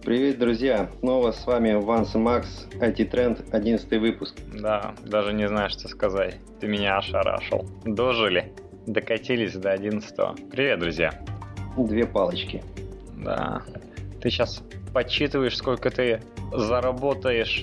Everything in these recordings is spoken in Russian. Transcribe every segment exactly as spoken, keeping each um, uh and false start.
Привет, друзья! Снова с вами Ванс и Макс, ай ти-тренд, одиннадцатый выпуск. Да, даже не знаю, что сказать. Ты меня ошарашил. Дожили, докатились до одиннадцатого. Привет, друзья! Две палочки. Да. Ты сейчас подсчитываешь, сколько ты заработаешь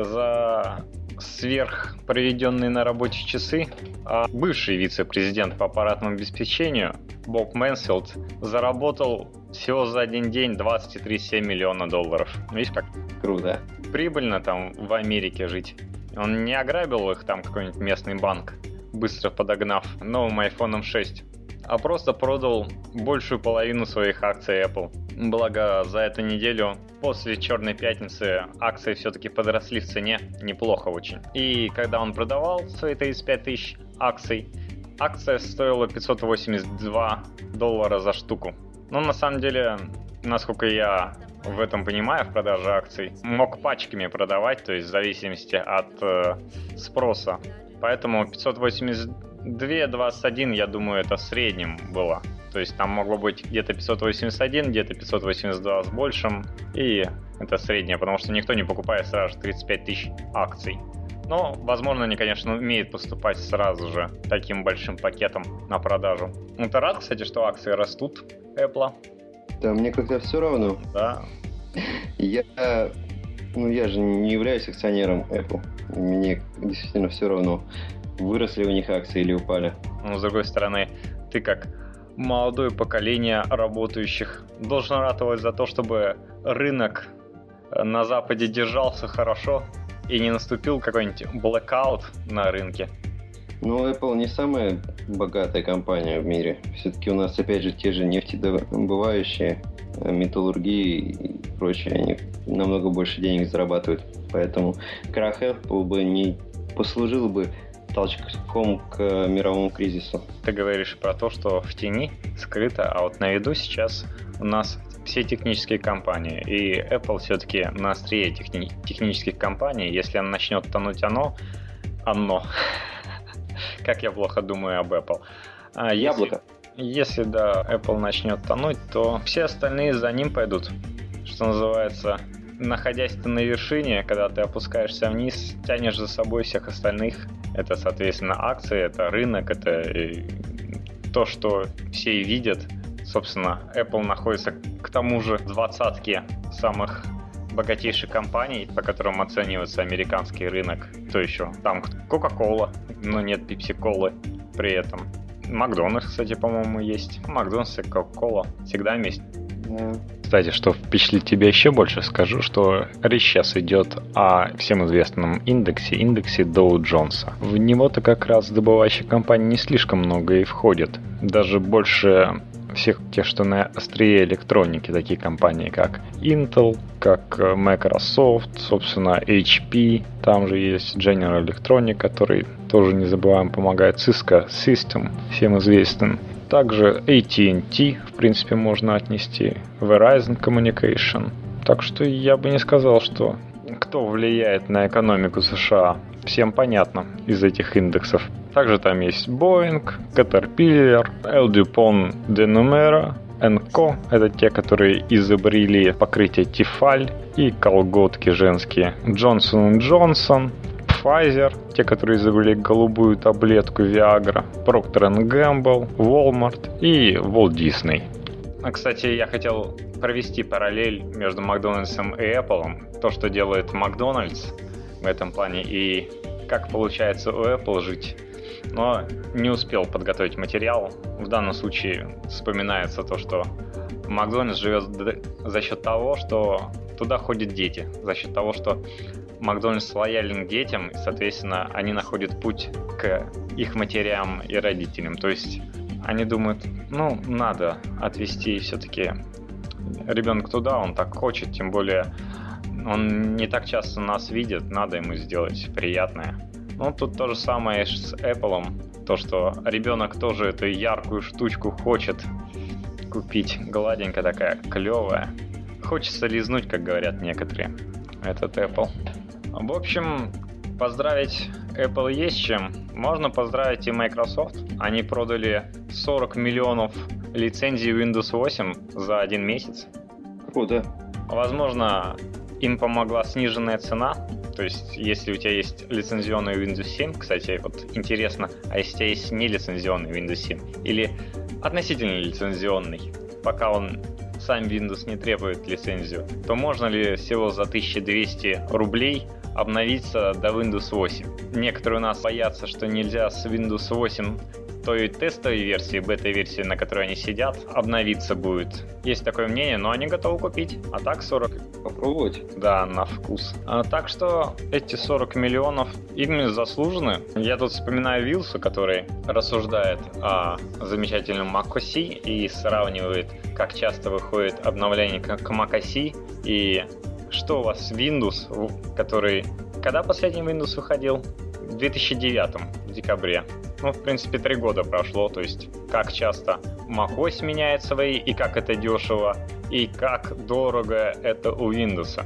за сверх проведенные на работе часы, а бывший вице-президент по аппаратному обеспечению Боб Мэнсфилд заработал всего за один день двадцать три целых семь десятых миллиона долларов. Видишь, как Круто. прибыльно там в Америке жить. Он не ограбил их там какой-нибудь местный банк, быстро подогнав новым айфон шесть, а просто продал большую половину своих акций Apple. Благо, за эту неделю после Черной пятницы акции все-таки подросли в цене неплохо очень. И когда он продавал свои тридцать пять тысяч акций, акция стоила пятьсот восемьдесят два доллара за штуку. Но на самом деле, насколько я в этом понимаю, в продаже акций, мог пачками продавать, то есть в зависимости от э, спроса. Поэтому пятьсот восемьдесят два двадцать один, я думаю, это в среднем было. То есть там могло быть где-то пятьсот восемьдесят один, где-то пятьсот восемьдесят два с большим. И это среднее, потому что никто не покупает сразу тридцать пять тысяч акций. Но, возможно, они, конечно, умеют поступать сразу же таким большим пакетом на продажу. Ну, ты рад, кстати, что акции растут Apple? Да, мне как-то все равно. Да. Я, ну, я же не являюсь акционером Apple. Мне действительно все равно, выросли у них акции или упали. Но, с другой стороны, ты как молодое поколение работающих должен ратовать за то, чтобы рынок на Западе держался хорошо и не наступил какой-нибудь blackout на рынке. Но Apple не самая богатая компания в мире. Все-таки у нас, опять же, те же нефтедобывающие, металлургии и прочее, они намного больше денег зарабатывают. Поэтому крах Apple бы не послужил бы толчком к мировому кризису. Ты говоришь про то, что в тени скрыто, а вот на виду сейчас у нас все технические компании, и Apple все-таки на острие техни- технических компаний. Если оно начнет тонуть, оно, оно, как я плохо думаю об Apple. А Яблоко. Если, если, да, Apple начнет тонуть, то все остальные за ним пойдут. Что называется, находясь ты на вершине, когда ты опускаешься вниз, тянешь за собой всех остальных. Это, соответственно, акции, это рынок, это то, что все и видят. Собственно, Apple находится к тому же в двадцатке самых богатейших компаний, по которым оценивается американский рынок. Кто еще? Там Coca-Cola, но нет Pepsi-Colы при этом. Макдональдс, кстати, по-моему, есть. Макдональдс и Coca-Cola всегда вместе. Yeah. Кстати, что впечатлит тебя еще больше, скажу, что речь сейчас идет о всем известном индексе, индексе Доу Джонса. В него-то как раз добывающих компаний не слишком много и входит. Даже больше всех тех, что на острие электроники, такие компании, как Intel, как Microsoft, собственно, эйч пи, там же есть General Electronic, который тоже, не забываем, помогает, Cisco System, всем известным. Также эй ти энд ти, в принципе, можно отнести, Verizon Communication. Так что я бы не сказал, что кто влияет на экономику США, всем понятно из этих индексов. Также там есть Boeing, Caterpillar, L. DuPont de Numera, Enco, это те, которые изобрели покрытие Тефаль, и колготки женские, Johnson энд Johnson, Pfizer, те, которые изобрели голубую таблетку Viagra, Procter энд Gamble, Walmart и Walt Disney. А, кстати, я хотел провести параллель между Макдональдсом и Apple. То, что делает Макдональдс в этом плане, и как получается у Apple жить. Но не успел подготовить материал. В данном случае вспоминается то, что Макдональдс живет за счет того, что туда ходят дети. За счет того, что Макдональдс лоялен к детям, и, соответственно, они находят путь к их матерям и родителям. То есть они думают, ну, надо отвезти все-таки ребенка туда, он так хочет, тем более он не так часто нас видит, надо ему сделать приятное. Ну, тут то же самое с Apple, то, что ребенок тоже эту яркую штучку хочет купить, гладенькая такая, клевая. Хочется лизнуть, как говорят некоторые, этот Apple. В общем, поздравить Apple есть чем. Можно поздравить и Microsoft. Они продали сорок миллионов лицензий Windows восемь за один месяц. Круто. Возможно, им помогла сниженная цена. То есть, если у тебя есть лицензионный Windows семь, кстати, вот интересно, а если у тебя есть нелицензионный Windows семь или относительно лицензионный, пока он сам Windows не требует лицензию, то можно ли всего за тысячу двести рублей обновиться до Windows восемь? Некоторые у нас боятся, что нельзя с Windows восемь той тестовой версии, бета-версии, на которой они сидят, обновиться будет. Есть такое мнение, но они готовы купить. А так сорок. Попробовать? Да, на вкус. А, так что эти сорок миллионов ими заслужены. Я тут вспоминаю Вилсу, который рассуждает о замечательном macOS и сравнивает, как часто выходит обновление к macOS и что у вас Windows, который... Когда последний Windows выходил? В две тысячи девятом, в декабре. Ну, в принципе, три года прошло, то есть как часто macOS меняет свои, и как это дешево, и как дорого это у Windows.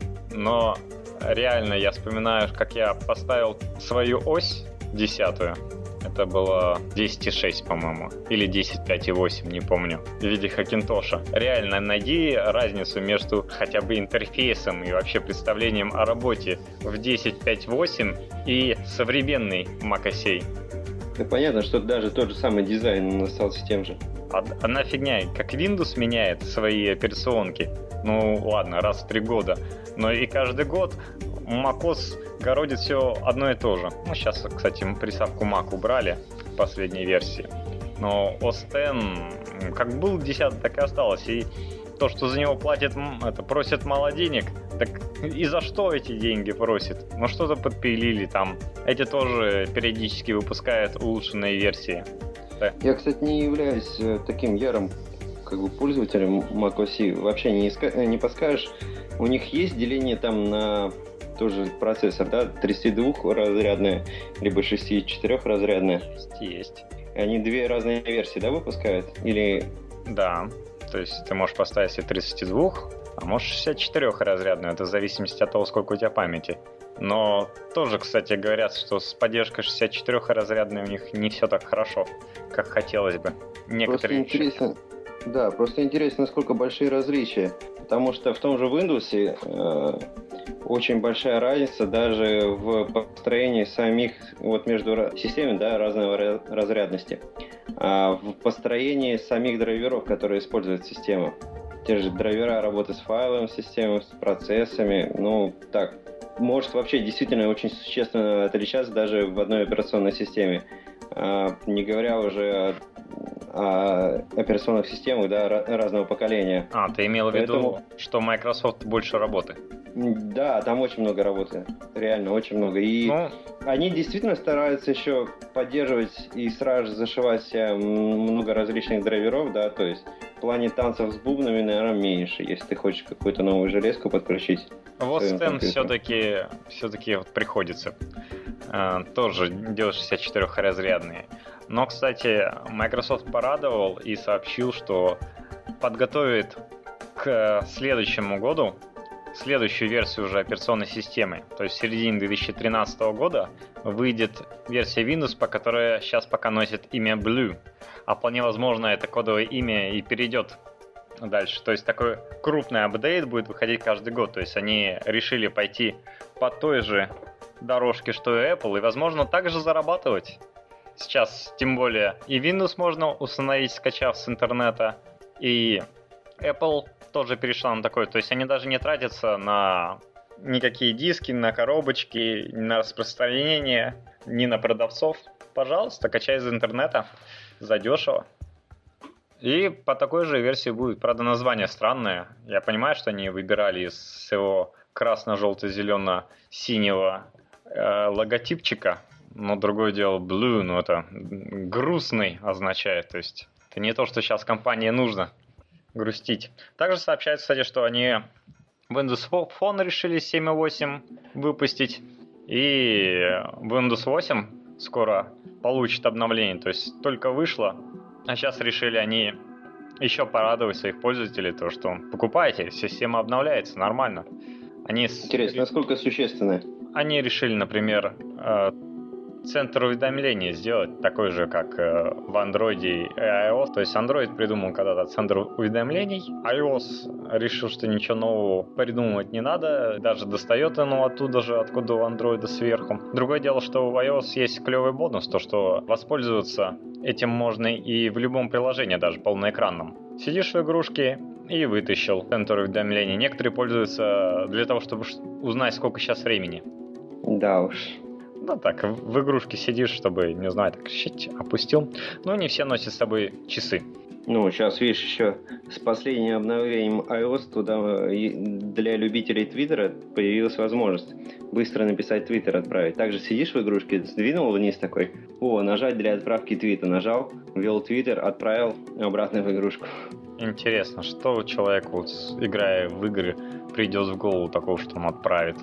Но реально я вспоминаю, как я поставил свою ось десятую. Это было десять и шесть, по-моему, или десять пять и восемь, не помню, в виде Хакинтоша. Реально, найди разницу между хотя бы интерфейсом и вообще представлением о работе в десять пять восемь и современный macOS. Да понятно, что даже тот же самый дизайн остался тем же. Одна фигня, как Windows меняет свои операционки, ну ладно, раз в три года, но и каждый год macOS городит все одно и то же. Ну, сейчас, кстати, мы приставку Mac убрали в последней версии, но о эс десять как был десятый, так и осталось, и то, что за него платят, это просят мало денег, так и за что эти деньги просят? Ну что-то подпилили там. Эти тоже периодически выпускают улучшенные версии. Да. Я, кстати, не являюсь таким ярым как бы пользователем macOS. Вообще не, иска... не подскажешь. У них есть деление там на тоже процессор, да? тридцатидвухразрядная, либо шестидесятичетырехразрядная. Есть, есть. Они две разные версии, да, выпускают? Или... Да. То есть ты можешь поставить себе тридцать два, а можешь шестьдесят четыре разрядную, это в зависимости от того, сколько у тебя памяти. Но тоже, кстати, говорят, что с поддержкой шестьдесят четыре разрядной у них не все так хорошо, как хотелось бы. Некоторые просто интересно, да, просто интересно, насколько большие различия. Потому что в том же Windows э, очень большая разница даже в построении самих, вот между системами, да, разной разрядности. А в построении самих драйверов, которые использует система. Те же драйвера работы с файловым системой, с процессами, ну так, может вообще действительно очень существенно отличаться даже в одной операционной системе. А, не говоря уже о, о операционных системах, да, разного поколения. А, ты имел в виду, Поэтому... что Microsoft больше работы? Да, там очень много работы, реально очень много. И ну... они действительно стараются еще поддерживать и сразу же зашивать много различных драйверов, да, то есть в плане танцев с бубнами, наверное, меньше, если ты хочешь какую-то новую железку подключить. Вот с тем все-таки, все-таки вот приходится э, тоже делать шестьдесят четырехразрядные. Но, кстати, Microsoft порадовал и сообщил, что подготовит к следующему году следующую версию уже операционной системы. То есть в середине две тысячи тринадцатого года выйдет версия Windows, по которой сейчас пока носит имя Blue. А вполне возможно, это кодовое имя и перейдет дальше. То есть такой крупный апдейт будет выходить каждый год. То есть они решили пойти по той же дорожке, что и Apple, и, возможно, также зарабатывать. Сейчас, тем более, и Windows можно установить, скачав с интернета, и Apple тоже перешла на такое. То есть они даже не тратятся на никакие диски, на коробочки, на распространение, ни на продавцов. Пожалуйста, качай из интернета задешево. И по такой же версии будет. Правда, название странное. Я понимаю, что они выбирали из своего красно-желто-зелено-синего э, логотипчика, но другое дело Blue, ну это грустный означает. То есть это не то, что сейчас компании нужно грустить. Также сообщается, кстати, что они Windows Phone решили семь и восемь выпустить, и Windows восемь скоро получит обновление. То есть только вышло, а сейчас решили они еще порадовать своих пользователей, то что покупайте, система обновляется нормально. Они Интересно, с... насколько существенно? Они решили, например, центр уведомлений сделать такой же, как в Android и iOS. То есть Android придумал когда-то центр уведомлений, iOS решил, что ничего нового придумывать не надо, даже достает оно оттуда же, откуда у Android сверху. Другое дело, что в iOS есть клевый бонус, то что воспользоваться этим можно и в любом приложении, даже полноэкранном. Сидишь в игрушке и вытащил центр уведомлений. Некоторые пользуются для того, чтобы узнать, сколько сейчас времени. Да уж. Ну так, в игрушке сидишь, чтобы, не знаю, так щить, опустил. Но не все носят с собой часы. Ну, сейчас, видишь, еще с последним обновлением iOS туда для любителей Твиттера появилась возможность быстро написать Твиттер, отправить. Также сидишь в игрушке, сдвинул вниз такой, о, нажать для отправки твита, нажал, ввел Твиттер, отправил обратно в игрушку. Интересно, что человеку, вот, играя в игры, придет в голову такого, что он отправит?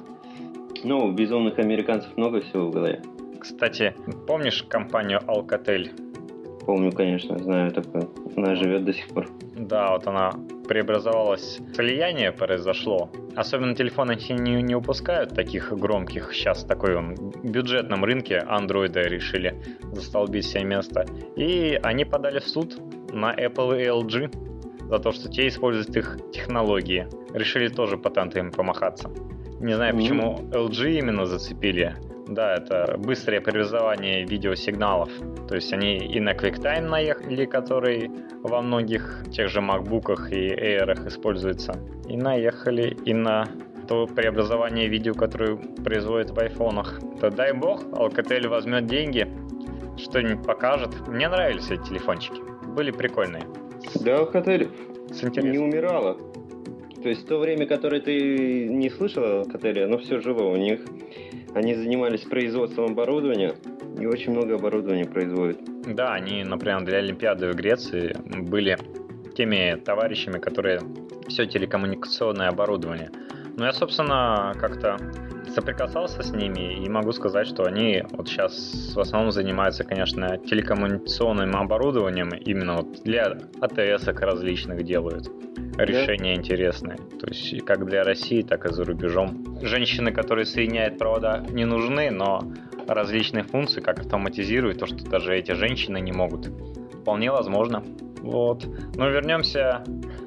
Ну, у безумных американцев много всего в голове. Кстати, помнишь компанию Alcatel? Помню, конечно, знаю такое. Она живет до сих пор. Да, вот она преобразовалась. Слияние произошло. Особенно телефоны не, не выпускают таких громких. Сейчас такой он бюджетном рынке андроида решили застолбить себе место. И они подали в суд на Apple и эл джи за то, что те используют их технологии. Решили тоже патентами помахаться. Не знаю, почему эл джи именно зацепили. Да, это быстрое преобразование видеосигналов. То есть они и на QuickTime наехали, который во многих тех же MacBook'ах и Air'ах используется. И наехали и на то преобразование видео, которое производит в айфонах. То дай бог, Alcatel возьмет деньги, что-нибудь покажет. Мне нравились эти телефончики. Были прикольные. Да, Alcatel не умирала. То есть в то время, которое ты не слышал Alcatel, оно все живо. У них они занимались производством оборудования и очень много оборудования производят. Да, они, например, для Олимпиады в Греции были теми товарищами, которые все телекоммуникационное оборудование. Ну, я, собственно, как-то соприкасался с ними и могу сказать, что они вот сейчас в основном занимаются, конечно, телекоммуникационным оборудованием, именно вот для а тэ эсок различных делают. Решения да. Интересные. То есть как для России, так и за рубежом. Женщины, которые соединяют провода, не нужны, но различные функции, как автоматизируют, то, что даже эти женщины не могут. Вполне возможно. Вот. Но вернемся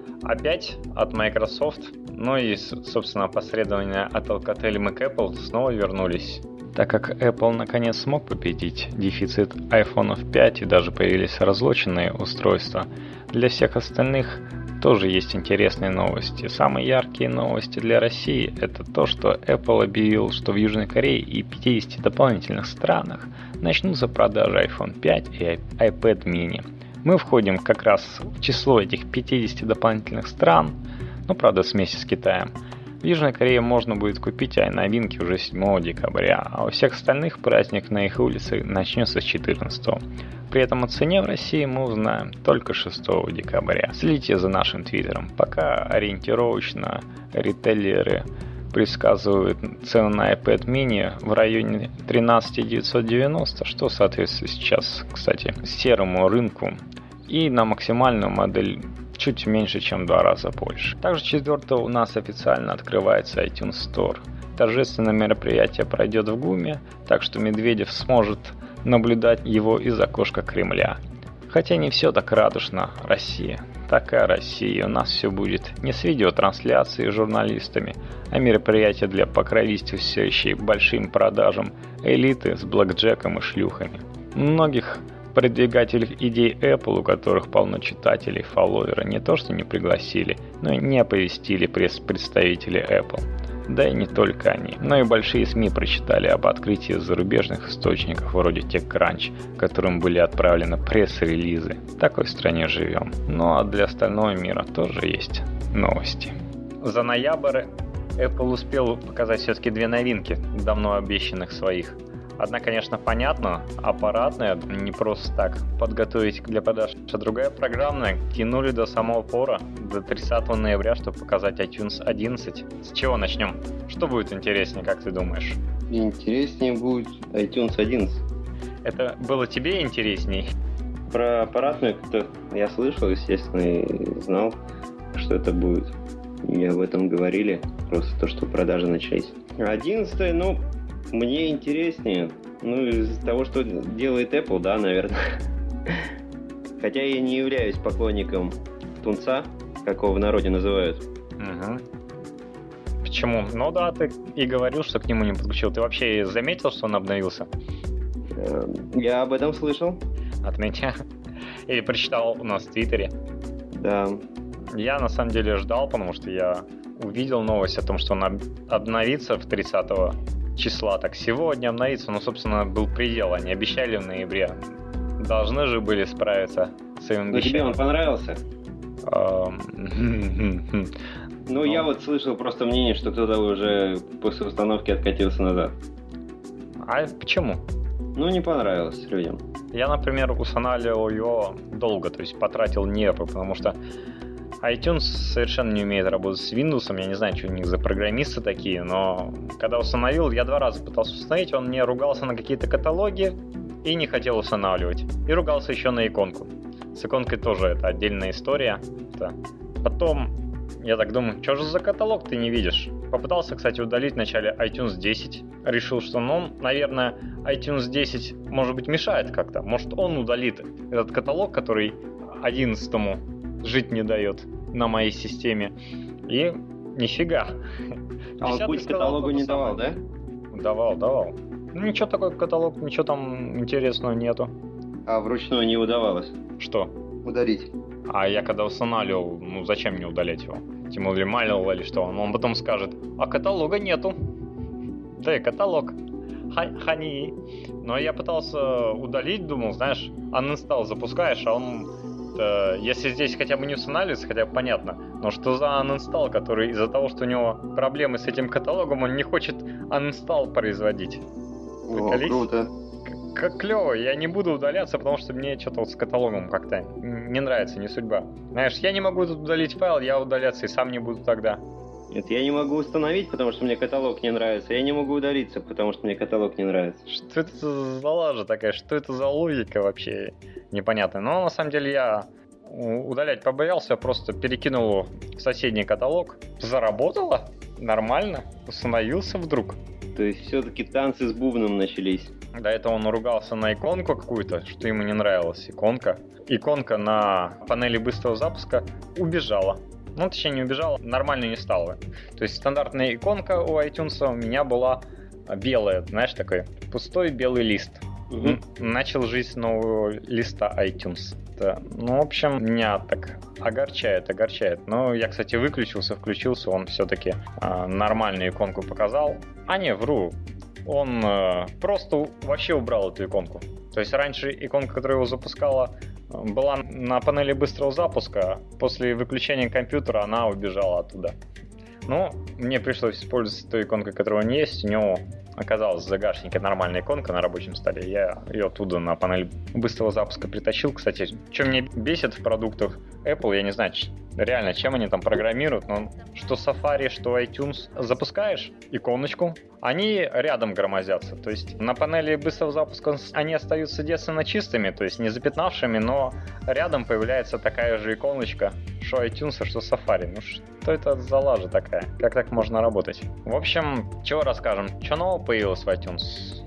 опять от Microsoft. Ну и, собственно, посредственно от Alcatel мы к Apple снова вернулись. Так как Apple наконец смог победить дефицит айфон пять и даже появились разлоченные устройства, для всех остальных тоже есть интересные новости. Самые яркие новости для России – это то, что Apple объявил, что в Южной Корее и пятидесяти дополнительных странах начнутся продажи айфон пять и iPad mini. Мы входим как раз в число этих пятидесяти дополнительных стран, но, правда, вместе с Китаем. В Южной Корее можно будет купить новинки уже седьмого декабря, а у всех остальных праздник на их улице начнется с четырнадцатого. При этом о цене в России мы узнаем только шестого декабря. Следите за нашим твиттером. Пока ориентировочно ритейлеры предсказывают цену на iPad mini в районе тринадцать тысяч девятьсот девяносто, что соответствует сейчас, кстати, серому рынку. И на максимальную модель чуть меньше, чем в два раза больше. Также четвертого у нас официально открывается iTunes Store. Торжественное мероприятие пройдет в ГУМе, так что Медведев сможет наблюдать его из окошка Кремля. Хотя не все так радужно, Россия. Такая Россия, у нас все будет не с видеотрансляцией с журналистами, а мероприятие для покровительствующей большим продажам элиты с блэкджеком и шлюхами. Многих продвигателей идей Apple, у которых полно читателей, фолловеры, не то что не пригласили, но и не оповестили пресс-представители Apple. Да и не только они, но и большие СМИ прочитали об открытии зарубежных источников вроде TechCrunch, которым были отправлены пресс-релизы. В такой стране живем. Ну а для остального мира тоже есть новости. За ноябрь Apple успел показать все-таки две новинки, давно обещанных своих. Одна, конечно, понятно, аппаратная, не просто так подготовить для продаж, а другая программная. Тянули до самого пора, до тридцатого ноября, чтобы показать iTunes одиннадцать. С чего начнем? Что будет интереснее, как ты думаешь? Интереснее будет iTunes одиннадцать. Это было тебе интересней? Про аппаратную как-то я слышал, естественно, и знал, что это будет. И об этом говорили, просто то, что продажи начались. одиннадцать, ну... Мне интереснее, Ну, из того, что делает Apple, да, наверное. Хотя я не являюсь поклонником тунца, как его в народе называют. Угу. Почему? Ну да, ты и говорил, что к нему не подключил. Ты вообще заметил, что он обновился? Я об этом слышал. От меня? Или прочитал у нас в Твиттере? Да. Я на самом деле ждал, потому что я увидел новость о том, что он обновится в тридцатого числа. Так сегодня обновится, но, собственно, был предел. Они обещали в ноябре. Должны же были справиться с своим обещанием. Но тебе он понравился? Ну, я вот слышал просто мнение, что кто-то уже после установки откатился назад. А почему? Ну, не понравилось людям. Я, например, устанавливал его долго, то есть потратил нервы, потому что iTunes совершенно не умеет работать с Windows. Я не знаю, что у них за программисты такие, но когда установил, я два раза пытался установить, он мне ругался на какие-то каталоги и не хотел устанавливать. И ругался еще на иконку. С иконкой тоже это отдельная история. Это... Потом я так думаю, что же за каталог ты не видишь? Попытался, кстати, удалить вначале iTunes десять. Решил, что, ну, наверное, iTunes десять, может быть, мешает как-то. Может, он удалит этот каталог, который одиннадцатому жить не дает на моей системе. И нифига. А он путь к каталогу не давал, да? Давал, давал. Ну, ничего такой каталог, ничего там интересного нету. А вручную не удавалось? Что? Удалить. А я когда устанавливал, ну зачем мне удалять его? Тем более мало или что? Он потом скажет, а каталога нету. Да и каталог. Хани. Но я пытался удалить, думал, знаешь, uninstall запускаешь, а он... Э, если здесь хотя бы не устанавливается, хотя бы понятно. Но что за uninstall, который из-за того, что у него проблемы с этим каталогом, он не хочет uninstall производить. О, круто. Как клево, я не буду удаляться, потому что мне что-то вот с каталогом как-то не нравится, не судьба. Знаешь, я не могу тут удалить файл, я удаляться и сам не буду тогда. Нет, я не могу установить, потому что мне каталог не нравится. Я не могу удалиться, потому что мне каталог не нравится. Что это за лажа такая? Что это за логика вообще непонятная? Но на самом деле я удалять побоялся, просто перекинул его в соседний каталог. Заработало? Нормально? Установился вдруг. То есть все-таки танцы с бубном начались. До этого он ругался на иконку какую-то, что ему не нравилась иконка. Иконка на панели быстрого запуска убежала. Ну, точнее, не убежала, нормально не стала. То есть стандартная иконка у iTunes у меня была белая, знаешь, такой пустой белый лист. Угу. Начал жить с нового листа iTunes. Это, ну, в общем, меня так огорчает, огорчает. Но я, кстати, выключился, включился, он все-таки э, нормальную иконку показал. А не, вру. Он э, просто вообще убрал эту иконку. То есть раньше иконка, которая его запускала, была на панели быстрого запуска. После выключения компьютера она убежала оттуда. Ну, мне пришлось использовать ту иконку, которая у него есть. У него оказалась в загашнике нормальная иконка на рабочем столе. Я ее оттуда на панель быстрого запуска притащил. Кстати, что меня бесит в продуктах Apple, я не знаю, реально, чем они там программируют, но что Safari, что iTunes, запускаешь иконочку, они рядом громоздятся. То есть на панели быстрого запуска они остаются девственно чистыми, то есть не запятнавшими, но рядом появляется такая же иконочка, что iTunes, что Safari. Ну что это за лажа такая? Как так можно работать? В общем, чего расскажем? Что нового появилось в iTunes?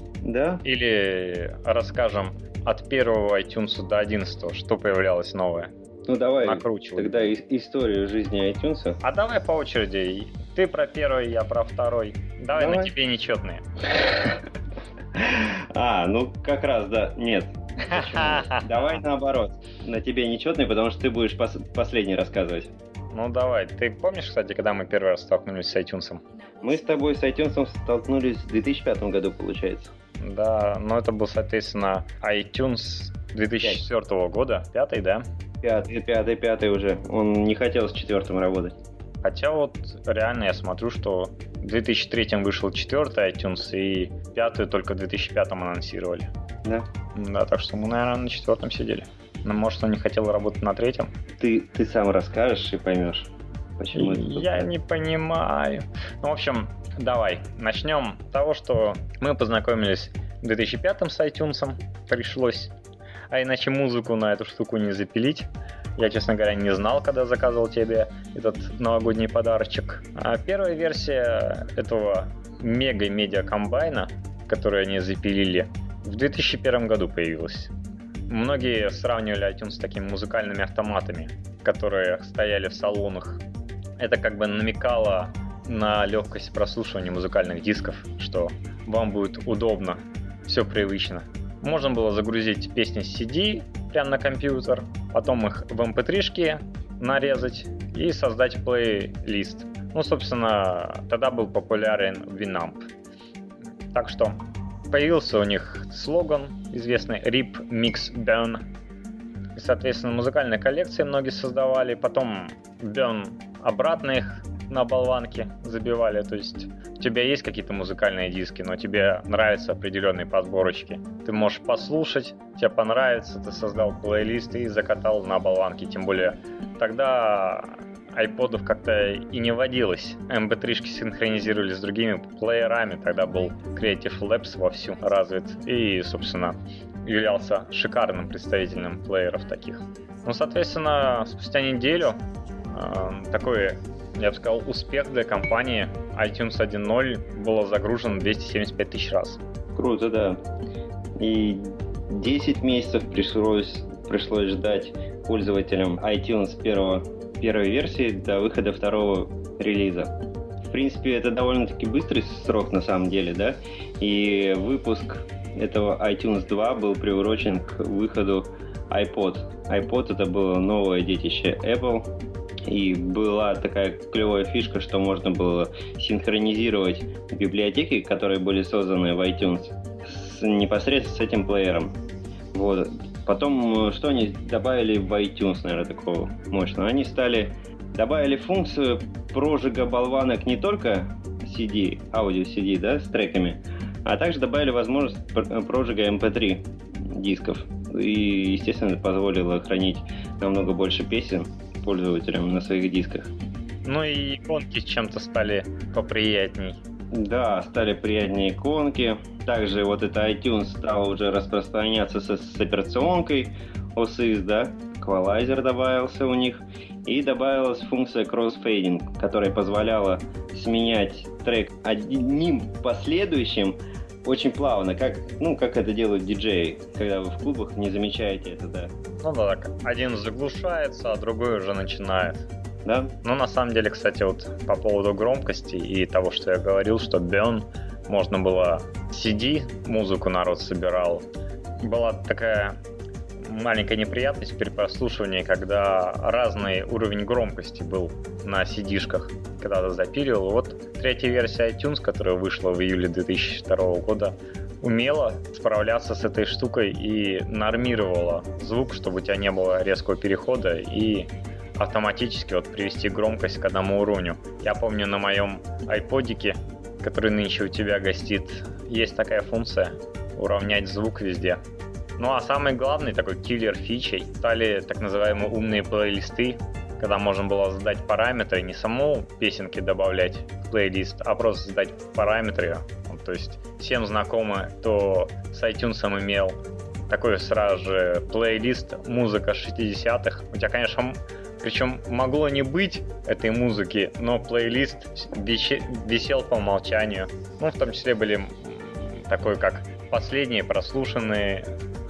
Да. Или расскажем от первого iTunes до одиннадцатого, что появлялось новое? Ну давай накручивай. Тогда и- историю жизни iTunes. А давай по очереди. Ты про первый, я про второй. Давай, давай. На тебе нечетные. А, ну как раз, да. Нет. Давай наоборот. На тебе нечетный, потому что ты будешь пос- последний рассказывать. Ну давай. Ты помнишь, кстати, когда мы первый раз столкнулись с iTunes? Мы с тобой с iTunes столкнулись в две тысячи пятом году, получается. Да, но это был, соответственно, iTunes две тысячи четвёртого года. Пятый, да? Пятый, пятый, пятый уже. Он не хотел с четвертым работать. Хотя вот реально я смотрю, что в две тысячи третьем вышел четвертый iTunes, и пятый только в две тысячи пятом анонсировали. Да? Да, так что мы, наверное, на четвертом сидели. Но может, он не хотел работать на третьем? Ты, ты сам расскажешь и поймешь, почему это. Я не понимаю. Ну, в общем, давай. Начнем с того, что мы познакомились в две тысячи пятом с iTunes. Пришлось. А иначе музыку на эту штуку не запилить. Я, честно говоря, не знал, когда заказывал тебе этот новогодний подарочек. А первая версия этого мега-медиа комбайна, который они запилили, в две тысячи первом году появилась. Многие сравнивали iTunes с такими музыкальными автоматами, которые стояли в салонах. Это как бы намекало на легкость прослушивания музыкальных дисков, что вам будет удобно, все привычно. Можно было загрузить песни с си ди прямо на компьютер, потом их в эм пэ три-шки нарезать и создать плейлист. Ну, собственно, тогда был популярен Winamp. Так что появился у них слоган известный рип микс бёрн. И, соответственно, музыкальные коллекции многие создавали. Потом Burn обратно их на болванки забивали. То есть у тебя есть какие-то музыкальные диски, но тебе нравятся определенные подборочки. Ты можешь послушать, тебе понравится, ты создал плейлист и закатал на болванки. Тем более тогда айподов как-то и не водилось. эм пэ три-шки синхронизировались с другими плеерами. Тогда был Creative Labs вовсю развит. И, собственно, являлся шикарным представителем плееров таких. Ну, соответственно, спустя неделю э, такой, я бы сказал, успех для компании. iTunes один ноль было загружено двести семьдесят пять тысяч раз. Круто, да. И десять месяцев пришлось, пришлось ждать пользователям iTunes первого, первой версии до выхода второго релиза. В принципе, это довольно-таки быстрый срок на самом деле, да? И выпуск этого iTunes два был приурочен к выходу iPod. iPod — это было новое детище Apple, и была такая клевая фишка, что можно было синхронизировать библиотеки, которые были созданы в iTunes, с, непосредственно с этим плеером. Вот. Потом, что они добавили в iTunes, наверное, такого мощного? Они стали добавили функцию прожига болванок не только си ди, аудио си ди, да, с треками, а также добавили возможность прожига эм пэ три дисков. И, естественно, это позволило хранить намного больше песен пользователям на своих дисках. Ну и иконки чем-то стали поприятней. Да, стали приятнее иконки. Также вот это iTunes стал уже распространяться с, с операционкой о эс икс, да, эквалайзер добавился у них. И добавилась функция crossfading, которая позволяла сменять трек одним последующим очень плавно, как, ну, как это делают диджеи, когда вы в клубах не замечаете это, да. Ну да, так, один заглушается, а другой уже начинает. Да? Ну, на самом деле, кстати, вот по поводу громкости и того, что я говорил, что Burn можно было си ди, музыку народ собирал. Была такая маленькая неприятность при прослушивании, когда разный уровень громкости был на си ди-шках, когда ты запиливал. Вот третья версия iTunes, которая вышла в июле две тысячи второго года, умела справляться с этой штукой и нормировала звук, чтобы у тебя не было резкого перехода и автоматически вот привести громкость к одному уровню. Я помню, на моем айподике, который нынче у тебя гостит, есть такая функция — уравнять звук везде. Ну а самый главный такой киллер фичей стали так называемые умные плейлисты, когда можно было задать параметры, не саму песенки добавлять в плейлист, а просто задать параметры. То есть всем знакомо, кто с iTunes имел такой сразу же плейлист «Музыка шестидесятых». У тебя, конечно, причем могло не быть этой музыки, но плейлист висел по умолчанию. Ну, в том числе были такой, как последние прослушанные,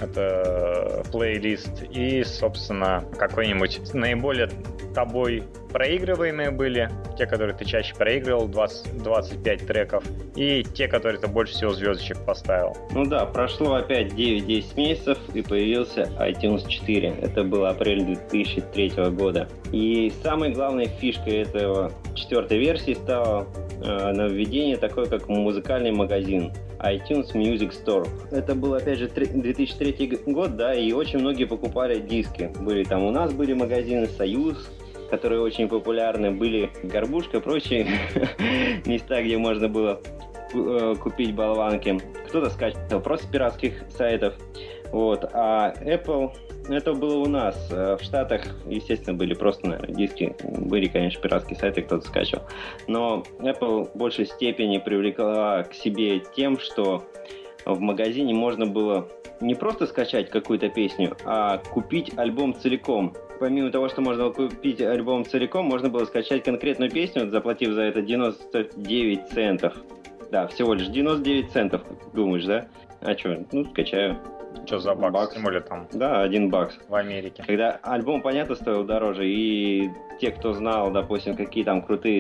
это плейлист, и, собственно, какой-нибудь наиболее тобой проигрываемые были, те, которые ты чаще проигрывал, двадцать, двадцать пять треков, и те, которые ты больше всего звездочек поставил. Ну да, прошло опять девять-десять месяцев, и появился iTunes четыре. Это был апрель две тысячи третьего года. И самой главной фишкой этого четвертой версии стало э, нововведение такое, как музыкальный магазин iTunes Music Store. Это был, опять же, две тысячи третий год, да, и очень многие покупали диски. Были там, у нас были магазины «Союз», которые очень популярны, были «Горбушка» и прочие места, где можно было купить болванки. Кто-то скачивал просто с пиратских сайтов. Вот. А Apple, это было у нас. В Штатах, естественно, были просто, наверное, диски. Были, конечно, пиратские сайты, кто-то скачивал. Но Apple в большей степени привлекла к себе тем, что в магазине можно было не просто скачать какую-то песню, а купить альбом целиком. Помимо того, что можно было купить альбом целиком, можно было скачать конкретную песню, заплатив за это девяносто девять центов. Да, всего лишь девяносто девять центов, как ты думаешь, да? А что? Ну, скачаю. Что за бакс? Бакс. Тем более там. Да, один бакс. В Америке. Когда альбом, понятно, стоил дороже, и те, кто знал, допустим, какие там крутые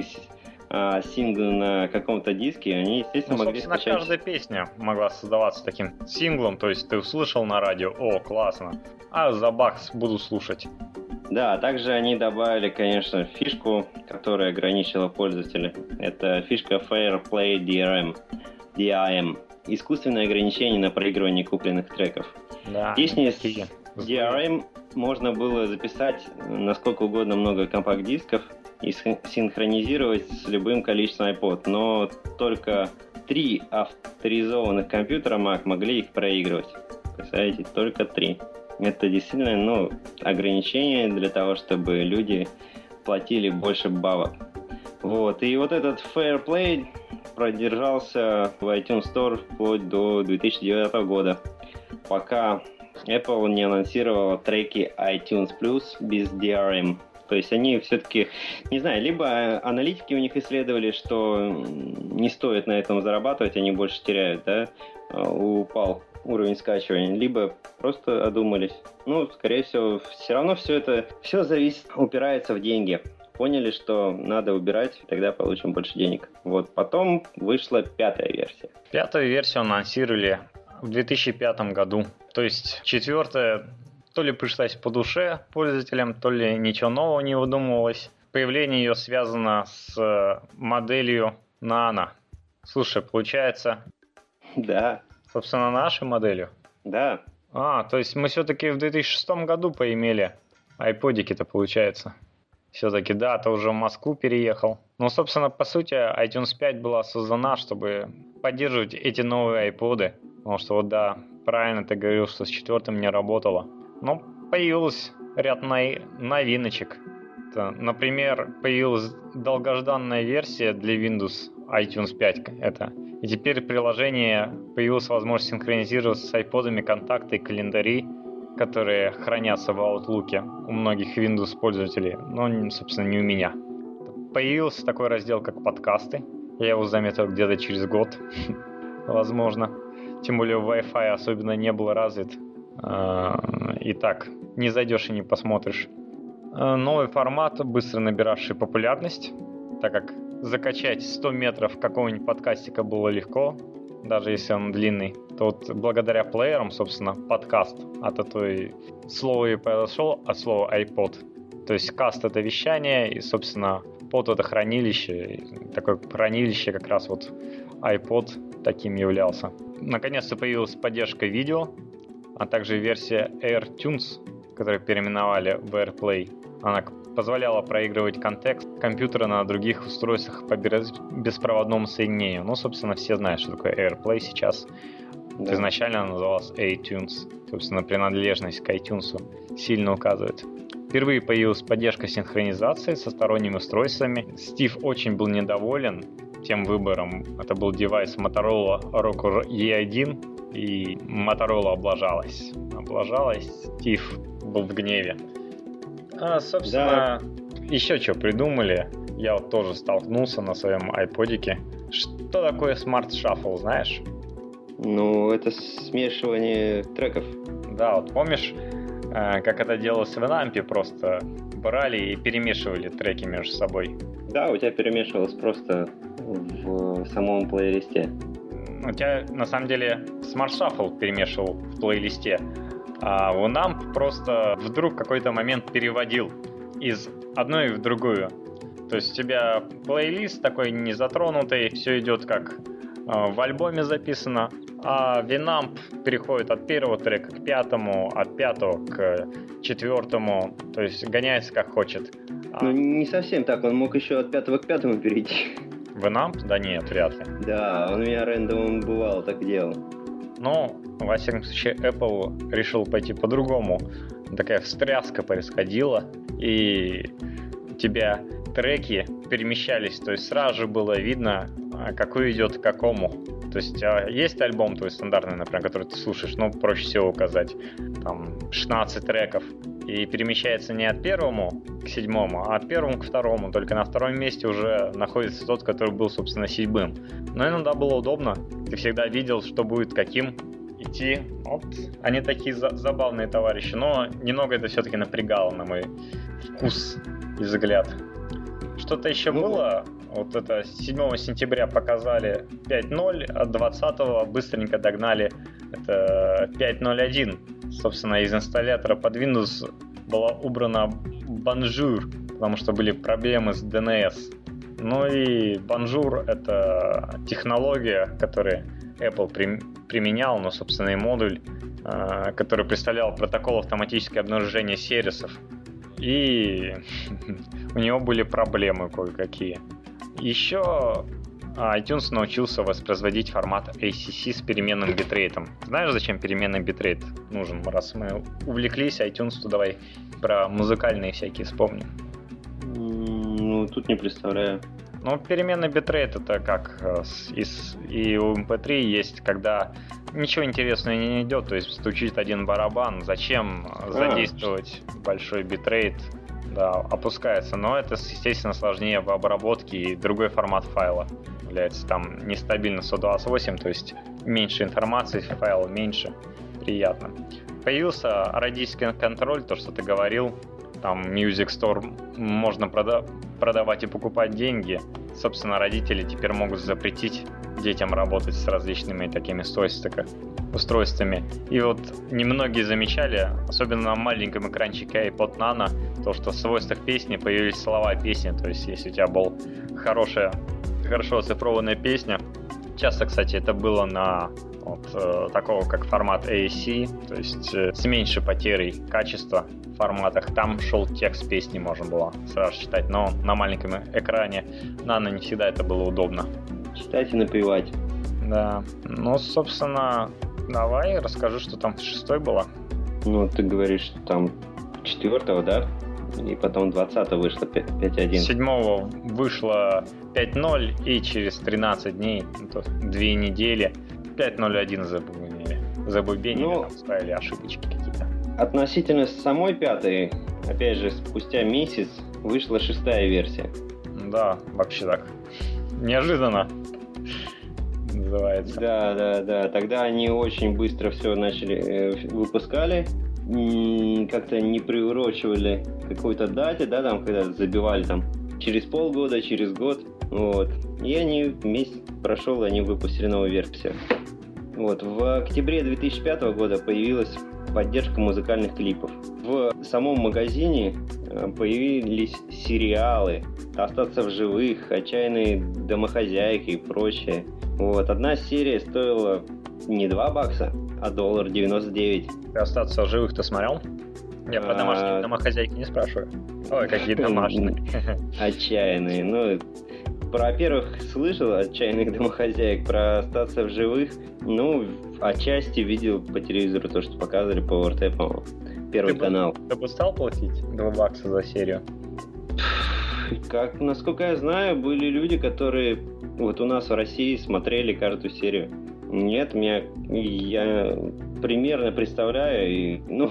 а, синглы на каком-то диске, они, естественно, ну, могли скачать. Каждая песня могла создаваться таким синглом, то есть ты услышал на радио, о, классно, а за бакс буду слушать. Да, также они добавили, конечно, фишку, которая ограничила пользователя. Это фишка Fair Play ди ар эм. ди ай эм. Искусственное ограничение на проигрывание купленных треков. Да, песни с ди ар эм можно было записать на сколько угодно много компакт-дисков и синхронизировать с любым количеством iPod, но только три авторизованных компьютера Mac могли их проигрывать. Представляете, только три. Это действительно, ну, ограничение для того, чтобы люди платили больше бабок. Вот. И вот этот Fair Play продержался в iTunes Store вплоть до две тысячи девятого года, пока Apple не анонсировала треки iTunes Plus без ди ар эм. То есть они все-таки, не знаю, либо аналитики у них исследовали, что не стоит на этом зарабатывать, они больше теряют, да, упал уровень скачивания, либо просто одумались. Ну, скорее всего, все равно все это, все зависит, упирается в деньги. Поняли, что надо убирать, тогда получим больше денег. Вот, потом вышла пятая версия. Пятую версию анонсировали в две тысячи пятом году. То есть четвертая то ли пришлась по душе пользователям, то ли ничего нового не выдумывалось. Появление ее связано с моделью Nano. Слушай, получается... Да. Собственно, нашей моделью? Да. А, то есть мы все-таки в две тысячи шестом году поимели айподики-то, получается. Все-таки, да, ты уже в Москву переехал. Ну, собственно, по сути, iTunes пять была создана, чтобы поддерживать эти новые айподы. Потому что, вот да, правильно ты говорил, что с четвертым не работало. Но появился ряд новиночек. Это, например, появилась долгожданная версия для Windows iTunes пять. Это. И теперь в приложении появилась возможность синхронизировать с айподами контакты и календари, которые хранятся в Outlook у многих Windows пользователей, но, собственно, не у меня. Появился такой раздел, как подкасты. Я его заметил где-то через год, возможно. Тем более Wi-Fi особенно не был развит. И так, не зайдешь и не посмотришь. Новый формат, быстро набиравший популярность, так как закачать сто метров какого-нибудь подкастика было легко, даже если он длинный, то вот благодаря плеерам, собственно, подкаст от этой слова и произошло, от слова iPod. То есть каст — это вещание, и, собственно, под это хранилище, такое хранилище как раз вот iPod таким являлся. Наконец-то появилась поддержка видео, а также версия AirTunes, которую переименовали в AirPlay. Она позволяла проигрывать контекст компьютера на других устройствах по беспроводному соединению. Ну, собственно, все знают, что такое AirPlay сейчас. Да. Изначально она называлась iTunes. Собственно, принадлежность к iTunes сильно указывает. Впервые появилась поддержка синхронизации со сторонними устройствами. Стив очень был недоволен тем выбором. Это был девайс Motorola Rocker и один, и Motorola облажалась. Облажалась, Стив был в гневе. А, собственно, да. Еще что придумали. Я вот тоже столкнулся на своем айподике. Что такое Smart Shuffle, знаешь? Ну, это смешивание треков. Да, вот помнишь, как это делалось в Winamp, просто брали и перемешивали треки между собой? Да, у тебя перемешивалось просто в самом плейлисте. У тебя, на самом деле, Smart Shuffle перемешивал в плейлисте, а Winamp просто вдруг в какой-то момент переводил из одной в другую. То есть у тебя плейлист такой незатронутый, все идет как в альбоме записано, а Winamp переходит от первого трека к пятому, от пятого к четвертому, то есть гоняется как хочет. Ну, не совсем так, он мог еще от пятого к пятому перейти. Winamp? Да нет, вряд ли. Да, он у меня рандомом бывало так делал. Но, во всяком случае, Apple решил пойти по-другому. Такая встряска происходила, и у тебя треки перемещались, то есть сразу же было видно, какой идет к какому. То есть есть альбом твой стандартный, например, который ты слушаешь, ну, проще всего указать, там, шестнадцать треков, и перемещается не от первому к седьмому, а от первому к второму, только на втором месте уже находится тот, который был, собственно, седьмым. Но иногда было удобно, ты всегда видел, что будет каким, идти. Вот они такие за- забавные товарищи, но немного это все-таки напрягало на мой вкус и взгляд. Что-то еще ну, было? Вот это седьмого сентября показали пять ноль, а двадцатого быстренько догнали это пять ноль один. Собственно, из инсталлятора под Windows была убрана Bonjour, потому что были проблемы с ди эн эс. Ну и Bonjour — это технология, которую Apple при, применял, но, собственно, и модуль, э, который представлял протокол автоматического обнаружения сервисов. И у него были проблемы кое-какие. Еще iTunes научился воспроизводить формат эй си си с переменным битрейтом. Знаешь, зачем переменный битрейт нужен? Раз мы увлеклись iTunes, то давай про музыкальные всякие вспомним. Ну, тут не представляю. Ну, переменный битрейт — это как из, и у эм пэ три есть, когда ничего интересного не идет, то есть стучит один барабан, зачем а, задействовать большой битрейт, да, опускается. Но это, естественно, сложнее в обработке, и другой формат файла является там нестабильно сто двадцать восемь, то есть меньше информации, файл меньше, приятно. Появился родительский контроль, то, что ты говорил. Там Music Store можно прода- продавать и покупать деньги. Собственно, родители теперь могут запретить детям работать с различными такими устройствами. И вот немногие замечали, особенно на маленьком экранчике iPod Nano, то, что в свойствах песни появились слова песни. То есть, если у тебя была хорошая, хорошо оцифрованная песня, часто, кстати, это было на вот э, такого как формат эй эс си, то есть э, с меньшей потерей качества в форматах. Там шел текст песни, можно было сразу читать, но на маленьком экране Nano не всегда это было удобно. Читать и напевать. Да, ну, собственно, давай расскажи, что там в шестой было. Ну, ты говоришь, что там четвертого, да? И потом двадцатого вышло пять один. седьмого вышло пять ноль, и через тринадцать дней, ну, то две недели, пять ноль один забубенили. Забубенили, ну, там ставили ошибочки какие-то. Относительно самой пятой, опять же, спустя месяц вышла шестая версия. Да, вообще так. Неожиданно. Называется. Да, да, да. Тогда они очень быстро все начали э, выпускали. Как-то не приурочивали к какой-то дате, да, там, когда забивали там через полгода, через год. Вот. И они месяц прошел, и они выпустили новую версию. Вот. В октябре две тысячи пятого года появилась поддержка музыкальных клипов. В самом магазине появились сериалы «Остаться в живых», «Отчаянные домохозяйки» и прочее. Вот. Одна серия стоила не два бакса, а доллар девяносто девять. Ты «Остаться в живых» ты смотрел? Я про домашние домохозяйки не спрашиваю. Ой, какие домашние. Отчаянные. Ну, про первых слышал «Отчаянных домохозяек», про «Остаться в живых», ну, отчасти видел по телевизору то, что показывали по о эр тэ, по-моему. Первый ты канал. Бы, ты бы стал платить два бакса за серию? Как, насколько я знаю, были люди, которые вот у нас в России смотрели каждую серию. Нет, меня, я примерно представляю, и, ну,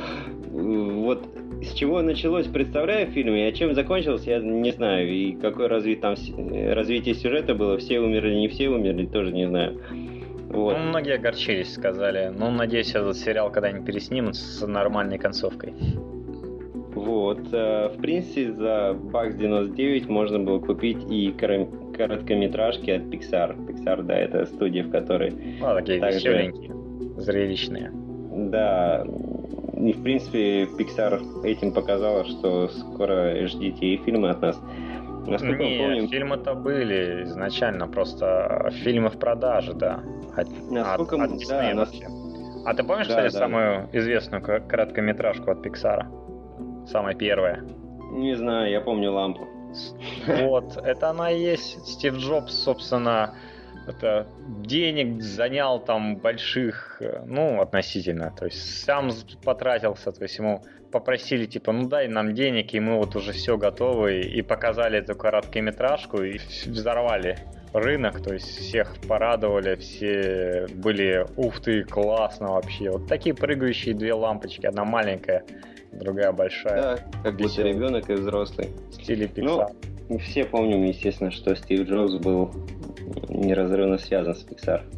вот с чего началось, представляю в фильме, а чем закончилось, я не знаю. И какое разви- там развитие сюжета было, все умерли, не все умерли, тоже не знаю. Вот. Ну, многие огорчились, сказали. Ну, надеюсь, этот сериал когда-нибудь переснимут с нормальной концовкой. Вот. В принципе, за бакс девяносто девять можно было купить и короткометражки от Pixar. Pixar, да, это студия, в которой... Ну, такие также... веселенькие, зрелищные. Да. И, в принципе, Pixar этим показала, что скоро ждите и фильмы от нас. Насколько не, мы помним... фильмы-то были изначально, просто фильмы в продаже, да. От, Насколько... от, от Disney да, вообще. Нас... А ты помнишь, да, кстати, да. самую известную короткометражку от Pixar? Самая первая. Не знаю, я помню «Лампу». Вот, это она и есть. Стив Джобс, собственно, это денег занял там больших, ну, относительно. То есть сам потратился, то есть ему попросили, типа, ну дай нам денег, и мы вот уже все готовы, и показали эту короткометражку, и взорвали рынок, то есть всех порадовали, все были, ух ты, классно вообще. Вот такие прыгающие две лампочки, одна маленькая, другая большая. Да, как будто ребенок и взрослый. В стиле Pixar. Ну, все помним, естественно, что Стив Джобс был неразрывно связан с Pixar.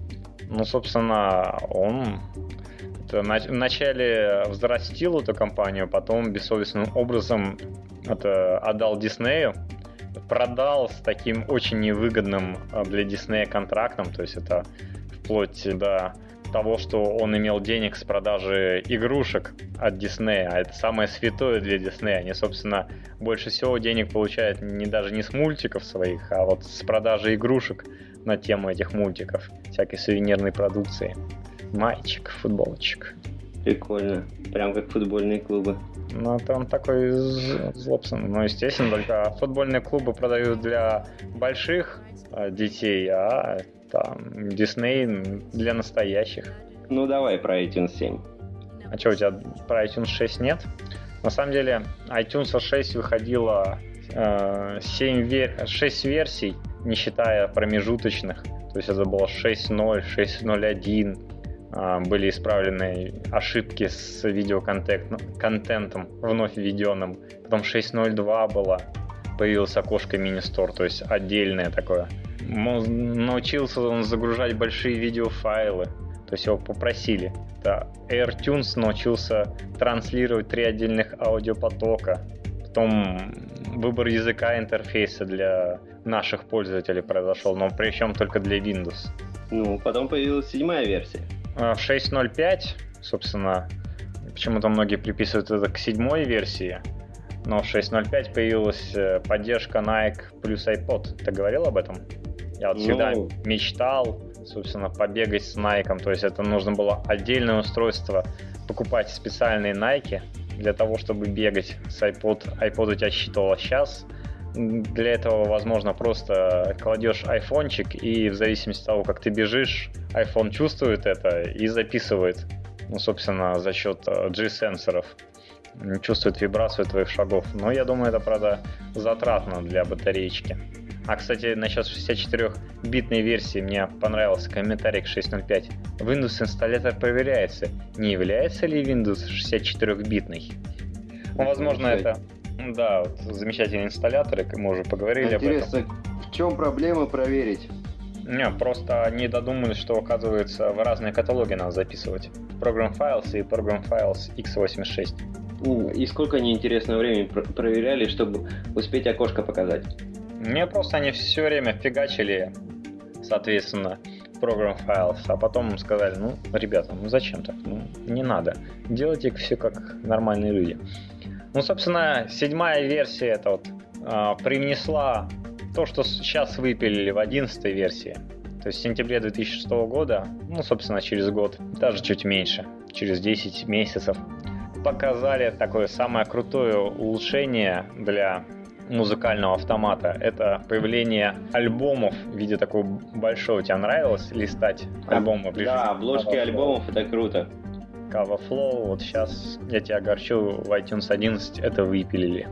Ну, собственно, он это, вначале взрастил эту компанию, потом бессовестным образом это отдал Диснею, продал с таким очень невыгодным для Диснея контрактом, то есть это вплоть до того, что он имел денег с продажи игрушек от Диснея, а это самое святое для Диснея. Они, собственно, больше всего денег получают не даже не с мультиков своих, а вот с продажи игрушек на тему этих мультиков, всякой сувенирной продукции. Маечек, футболочек. Прикольно. Прям как футбольные клубы. Ну, это он такой злобственный. Ну, естественно, только футбольные клубы продают для больших детей, а там Дисней для настоящих. Ну, давай про iTunes семь. А что, у тебя про iTunes шесть нет? На самом деле, iTunes шесть выходило э, семь вер... шесть версий, не считая промежуточных. То есть это было шесть ноль, шесть ноль один. Э, были исправлены ошибки с видеоконтентом, вновь введенным. Потом шесть ноль два было. Появилось окошко мини-стор, то есть отдельное такое. Научился он загружать большие видеофайлы, то есть его попросили. Да. AirTunes научился транслировать три отдельных аудиопотока. Потом выбор языка интерфейса для наших пользователей произошел, но причем только для Windows. Ну, потом появилась седьмая версия. В шесть ноль пять, собственно, почему-то многие приписывают это к седьмой версии, но в шесть ноль пять появилась поддержка Nike плюс iPod. Ты говорил об этом? Я вот всегда ну... мечтал, собственно, побегать с Nike. То есть это нужно было отдельное устройство, покупать специальные Nike для того, чтобы бегать с iPod. iPod у тебя считывал час. Для этого, возможно, просто кладешь айфончик, и в зависимости от того, как ты бежишь, iPhone чувствует это и записывает, ну, собственно, за счет G-сенсоров. Чувствует вибрацию твоих шагов. Но я думаю, это, правда, затратно для батареечки. А, кстати, насчет шестьдесят четырёхбитной версии мне понравился комментарий к шесть ноль пять. Windows инсталлятор проверяется. Не является ли Windows шестьдесят четырёхбитный? Ну, возможно, это... Да, вот замечательные инсталляторы, мы уже поговорили Интересно, об этом. В чем проблема проверить? Не, просто они додумались, что, оказывается, в разные каталоги надо записывать. Program Files и Program Files икс восемьдесят шесть. И сколько они интересного времени проверяли, чтобы успеть окошко показать? Мне просто они все время фигачили, соответственно, Program Files, а потом сказали, ну, ребята, ну зачем так? Ну, не надо. Делайте все как нормальные люди. Ну, собственно, седьмая версия это вот э, привнесла то, что сейчас выпилили в одиннадцатой версии. То есть в сентябре две тысячи шестого года, ну, собственно, через год, даже чуть меньше, через десять месяцев, показали такое самое крутое улучшение для музыкального автомата. Это появление альбомов в виде такого большого. Тебе нравилось листать альбомы? Да, обложки альбомов это круто. CoverFlow, вот сейчас я тебя огорчу, в iTunes одиннадцать это выпилили.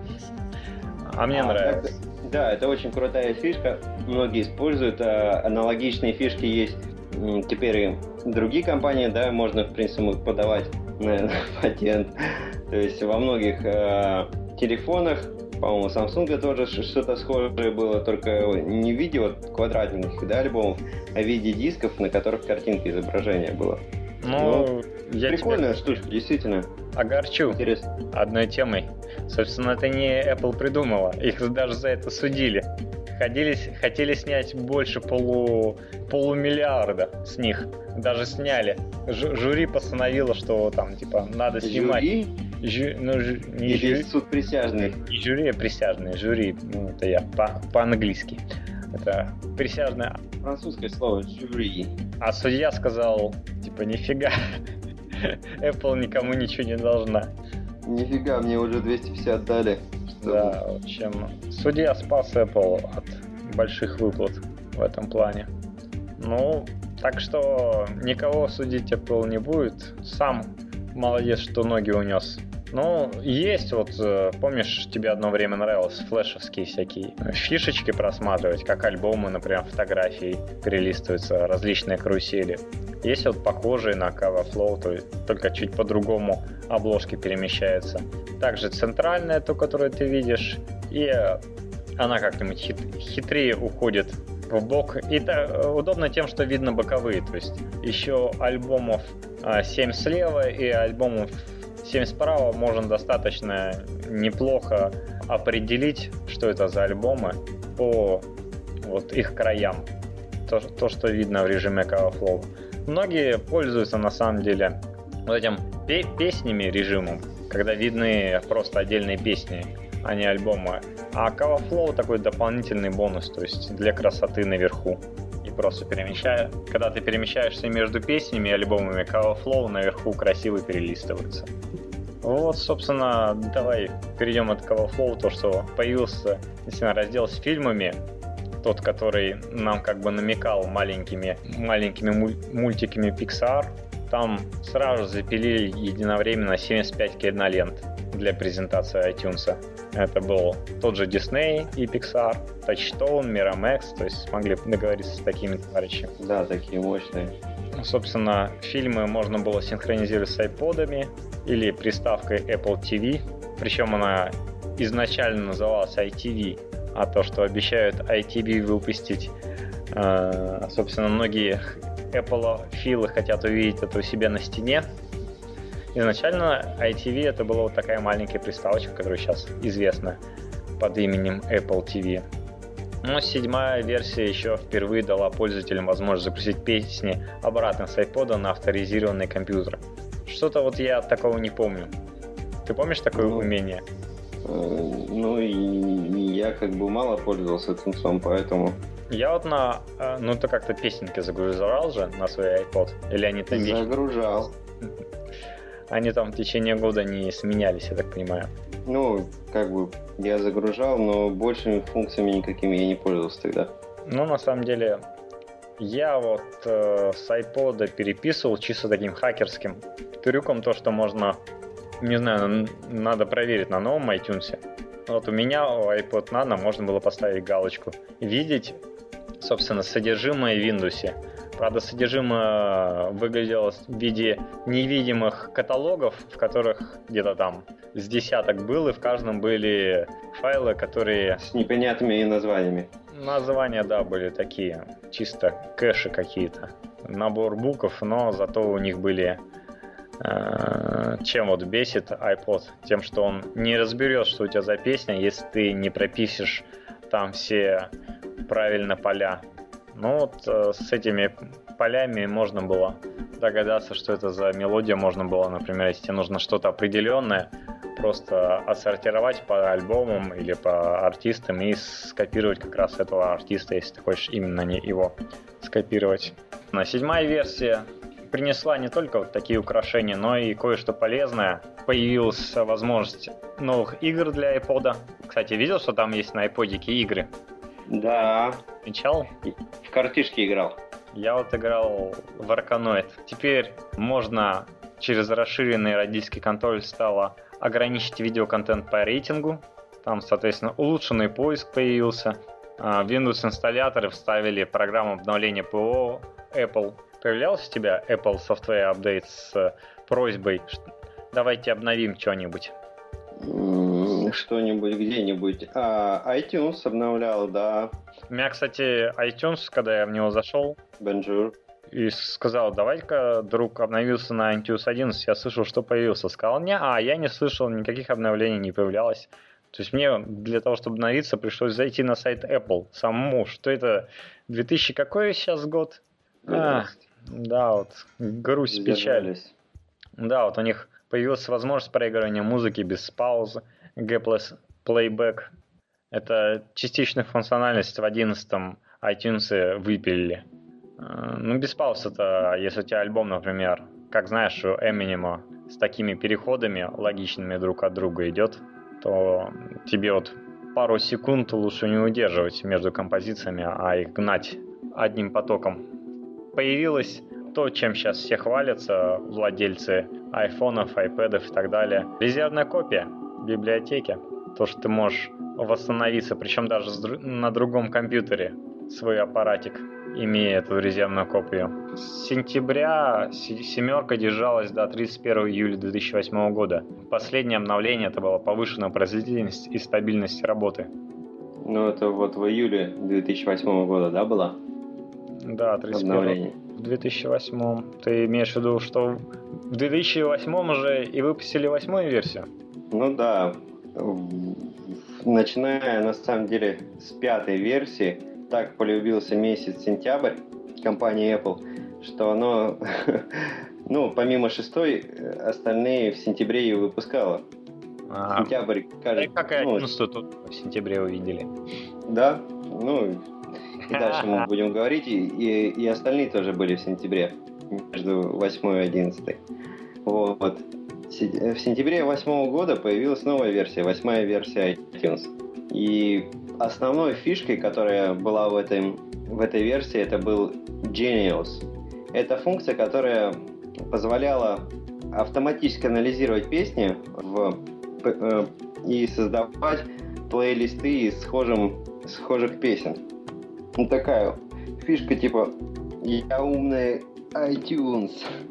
А мне а, нравится. Так, да, это очень крутая фишка. Многие используют. А, аналогичные фишки есть теперь и другие компании, да, можно, в принципе, подавать на патент. То есть во многих э, телефонах, по-моему, Samsung тоже что-то схожее было, только не в виде вот квадратных, да, альбомов, а в виде дисков, на которых картинка изображения была. Ну, я прикольная штучка, действительно. Огорчу Интересно. Одной темой. Собственно, это не Apple придумала. Их даже за это судили. Ходили, хотели снять больше полу, полумиллиарда с них. Даже сняли. Ж, жюри постановило, что там, типа, надо снимать. Жюри? Жю, ну, жю, не Или жюри, суд присяжных? Не жюри, а присяжные. Жюри, ну, это я по, по-английски. Это присяжное. Французское слово жюри. А судья сказал, типа, нифига. Apple никому ничего не должна. Нифига, мне уже двести пятьдесят дали. Чтобы... Да, в общем, судья спас Apple от больших выплат в этом плане. Ну, так что никого судить Apple не будет. Сам молодец, что ноги унес. Ну, есть вот, помнишь, тебе одно время нравилось флешевские всякие фишечки просматривать, как альбомы, например, фотографии перелистываются, различные карусели. Есть вот похожие на CoverFlow, то есть только чуть по-другому обложки перемещаются. Также центральная, ту, которую ты видишь, и она как-нибудь хит- хитрее уходит в в бок. И это удобно тем, что видно боковые. То есть еще альбомов семь слева и альбомов семь справа можно достаточно неплохо определить, что это за альбомы по вот их краям. То, то что видно в режиме Cover Flow. Многие пользуются на самом деле вот этим пе- песнями режимом, когда видны просто отдельные песни, а не альбомы. А Cover Flow такой дополнительный бонус, то есть для красоты наверху. И просто перемещая, когда ты перемещаешься между песнями и альбомами, Cover Flow наверху красиво перелистывается. Вот, собственно, давай перейдем от Cover Flow, то, что появился действительно раздел с фильмами, тот, который нам как бы намекал маленькими, маленькими мультиками Pixar. Там сразу запилили единовременно семьдесят пять кинолент для презентации iTunes. Это был тот же Disney и Pixar, Touchstone, Miramax, то есть смогли договориться с такими товарищами. Да, такие мощные. Собственно, фильмы можно было синхронизировать с айподами или приставкой Apple ти ви, причем она изначально называлась ай ти ви, а то, что обещают ай ти ви выпустить, э, собственно, многие Apple-филы хотят увидеть это у себя на стене. Изначально ай ти ви это была вот такая маленькая приставочка, которая сейчас известна под именем Apple ти ви. Но седьмая версия еще впервые дала пользователям возможность загрузить песни обратно с iPod на авторизированный компьютер. Что-то вот я такого не помню. Ты помнишь такое ну, умение? Э, ну и я как бы мало пользовался этим самым, поэтому... Я вот на... Ну ты как-то песенки загружал же на свой iPod? Или они там... Загружал. Они там в течение года не сменялись, я так понимаю. Ну, как бы я загружал, но большими функциями никакими я не пользовался тогда. Ну, на самом деле, я вот э, с iPod переписывал чисто таким хакерским трюком, то, что можно, не знаю, надо проверить на новом iTunes. Вот у меня у iPod Nano можно было поставить галочку, видеть, собственно, содержимое в Windows. Правда, содержимое выглядело в виде невидимых каталогов, в которых где-то там с десяток было, и в каждом были файлы, которые... С непонятными названиями. Названия, да, были такие, чисто кэши какие-то. Набор букв, но зато у них были... Э, чем вот бесит iPod? Тем, что он не разберет, что у тебя за песня, если ты не пропишешь там все правильно поля. Ну вот э, с этими полями можно было догадаться, что это за мелодия. Можно было, например, если тебе нужно что-то определенное, просто отсортировать по альбомам или по артистам и скопировать как раз этого артиста, если ты хочешь именно не его скопировать. Но седьмая версия принесла не только вот такие украшения, но и кое-что полезное. Появилась возможность новых игр для iPod. Кстати, видел, что там есть на iPodике игры? Да. Мечал? В картишки играл. Я вот играл в Arkanoid. Теперь можно через расширенный родительский контроль стало ограничить видеоконтент по рейтингу. Там, соответственно, улучшенный поиск появился. В Windows инсталляторы вставили программу обновления ПО Apple. Появлялся у тебя Apple Software Update с просьбой давайте обновим что-нибудь? Что-нибудь где-нибудь. А, iTunes обновлял, да. У меня, кстати, iTunes, когда я в него зашел, Bonjour. И сказал, давай-ка, друг, обновился на iTunes одиннадцать, я слышал, что появился. Сказал, не, а я не слышал, никаких обновлений не появлялось. То есть мне для того, чтобы обновиться, пришлось зайти на сайт Apple самому. Что это? две тысячи какой сейчас год? А, да, вот, грусть, печаль. Да, вот у них появилась возможность проигрывания музыки без пауз, Gapless Playback. Это частичную функциональность в одиннадцатом iTunes выпилили. Ну, без пауз это, если у тебя альбом, например, как знаешь, у Эминема с такими переходами логичными друг от друга идет, то тебе вот пару секунд лучше не удерживать между композициями, а их гнать одним потоком. Появилось то, чем сейчас все хвалятся, владельцы айфонов, айпэдов и так далее. Резервная копия библиотеки. То, что ты можешь восстановиться, причем даже на другом компьютере, свой аппаратик, имея эту резервную копию. С сентября семерка держалась до тридцать первого июля две тысячи восьмого года. Последнее обновление это была повышенная производительность и стабильность работы. Ну, это вот в июле две тысячи восьмого года, да, было? Да, тридцать первого. В две тысячи восьмом. Ты имеешь в виду, что в две тысячи восьмом уже и выпустили восьмую версию? Ну да. Начиная, на самом деле, с пятой версии, так полюбился месяц сентябрь компании Apple, что оно, ну, помимо шестой, остальные в сентябре и выпускало. А, Сентябрь, кажется... Как и одиннадцатую тут в сентябре увидели. Да, ну, и дальше мы будем говорить, и, и, и остальные тоже были в сентябре, между восьмой и одиннадцатой. Вот. В сентябре восьмого года появилась новая версия, восьмая версия iTunes. И основной фишкой, которая была в, этой, в этой версии, это был Genius. Это функция, которая позволяла автоматически анализировать песни в, э, и создавать плейлисты из схожим, схожих песен. Ну, такая фишка типа «Я умный iTunes».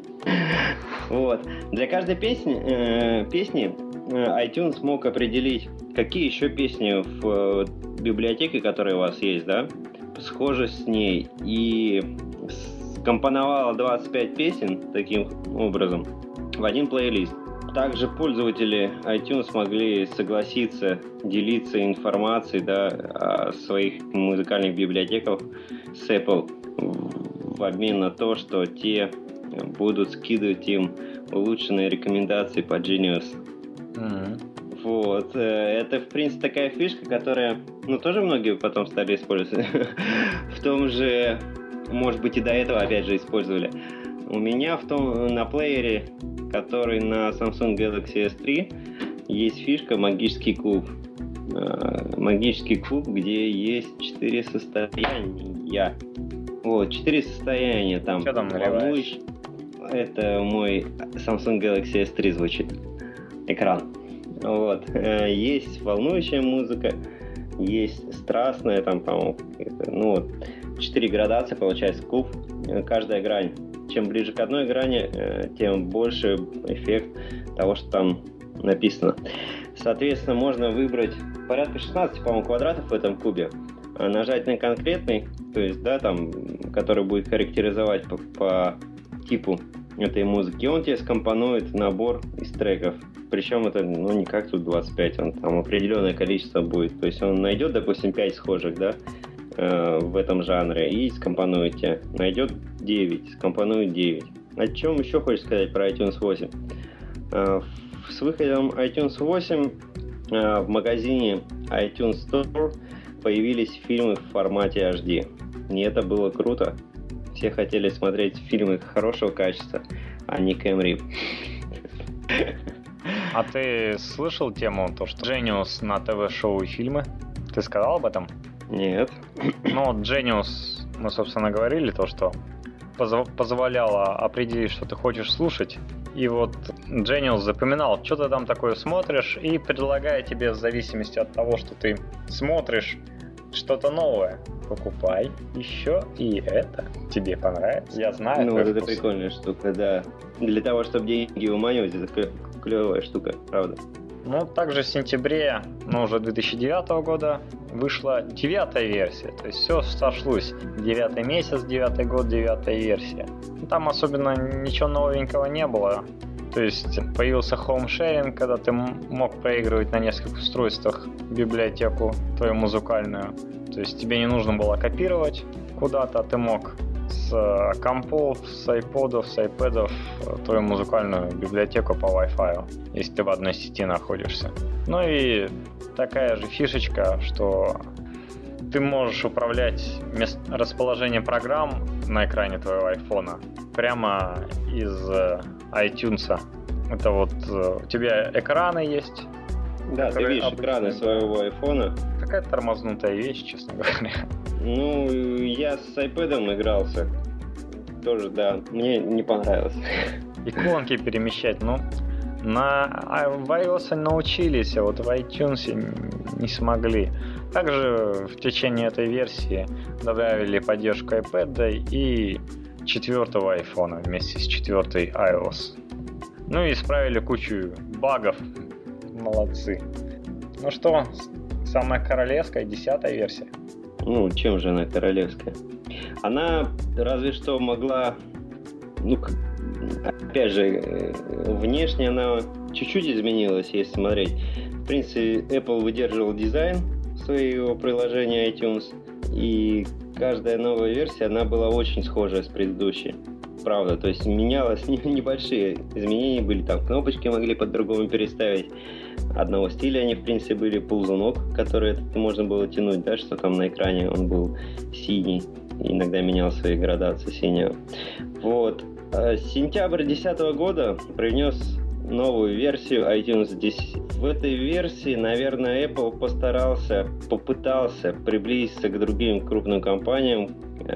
Вот. Для каждой песни, э, песни э, iTunes мог определить, какие еще песни в э, библиотеке, которые у вас есть, да, схожи с ней, и скомпоновала двадцать пять песен таким образом в один плейлист. Также пользователи iTunes могли согласиться делиться информацией, да, о своих музыкальных библиотеках с Apple в обмен на то, что те будут скидывать им улучшенные рекомендации по Genius. Mm-hmm. Вот. Это, в принципе, такая фишка, которая, ну, тоже многие потом стали использовать. В том же, может быть, и до этого, опять же, использовали. У меня в том, на плеере, который на Samsung Galaxy эс три, есть фишка «Магический куб». Магический куб, где есть четыре состояния. Вот, четыре состояния там. Что там наливаешь? Это мой Samsung Galaxy эс три звучит. Экран. Вот. Есть волнующая музыка, есть страстная, там, по-моему, ну вот, четыре градации, получается, куб. Каждая грань. Чем ближе к одной грани, тем больше эффект того, что там написано. Соответственно, можно выбрать порядка шестнадцать, по-моему, квадратов в этом кубе. Нажать на конкретный, то есть, да, там, который будет характеризовать по, по типу этой музыки, он тебе скомпонует набор из треков. Причем это, ну, не как тут двадцать пять, он там определенное количество будет. То есть он найдет, допустим, пять схожих, да, э, в этом жанре и скомпонует тебе. Найдет девять, скомпонует девять. О чем еще хочешь сказать про iTunes восемь? Э, с выходом iTunes восемь э, в магазине iTunes Store появились фильмы в формате эйч ди. И это было круто. Все хотели смотреть фильмы хорошего качества, а не Кэмрип. А ты слышал тему, то, что Genius на ТВ-шоу и фильмы? Ты сказал об этом? Нет. Ну, Genius, мы, собственно, говорили, то, что позв- позволяло определить, что ты хочешь слушать. И вот Genius запоминал, что ты там такое смотришь, и предлагая тебе, в зависимости от того, что ты смотришь, что-то новое. Покупай еще и это. Тебе понравится. Я знаю. Ну, вот это вкус. прикольная штука, да. Для того, чтобы деньги уманивать, это клевая штука, правда. Ну, также в сентябре, ну, уже две тысячи девятого года вышла девятая версия. То есть все сошлось. Девятый месяц, девятый год, девятая версия. Там особенно ничего новенького не было. То есть появился home sharing, когда ты мог проигрывать на нескольких устройствах библиотеку твою музыкальную. То есть тебе не нужно было копировать куда-то, ты мог с компов, с айподов, с айпэдов твою музыкальную библиотеку по Wi-Fi, если ты в одной сети находишься. Ну и такая же фишечка, что ты можешь управлять мест... расположением программ на экране твоего айфона прямо из iTunes. Это вот у тебя экраны есть. Да, ты видишь экраны своего айфона. Какая тормознутая вещь, честно говоря. Ну, я с iPad'ом игрался. Тоже, да, мне не понравилось. Иконки перемещать, ну, на в iOS научились, а вот в iTunes не смогли. Также в течение этой версии добавили поддержку iPad и четвертого iPhone вместе с четвертой iOS. Ну и исправили кучу багов. Молодцы. Ну что, Самая королевская, десятая версия. Ну, чем же она королевская? Она разве что могла, ну, опять же, внешне она чуть-чуть изменилась, если смотреть. В принципе, Apple выдерживал дизайн своего приложения iTunes, и каждая новая версия, она была очень схожая с предыдущей. Правда, то есть менялось небольшие изменения были, там кнопочки могли по-другому переставить. Одного стиля они, в принципе, были ползунок, который можно было тянуть, да, что там на экране он был синий, и иногда менял свои градации синего. Вот. Сентябрь две тысячи десятого года принес новую версию iTunes десять. В этой версии, наверное, Apple постарался, попытался приблизиться к другим крупным компаниям,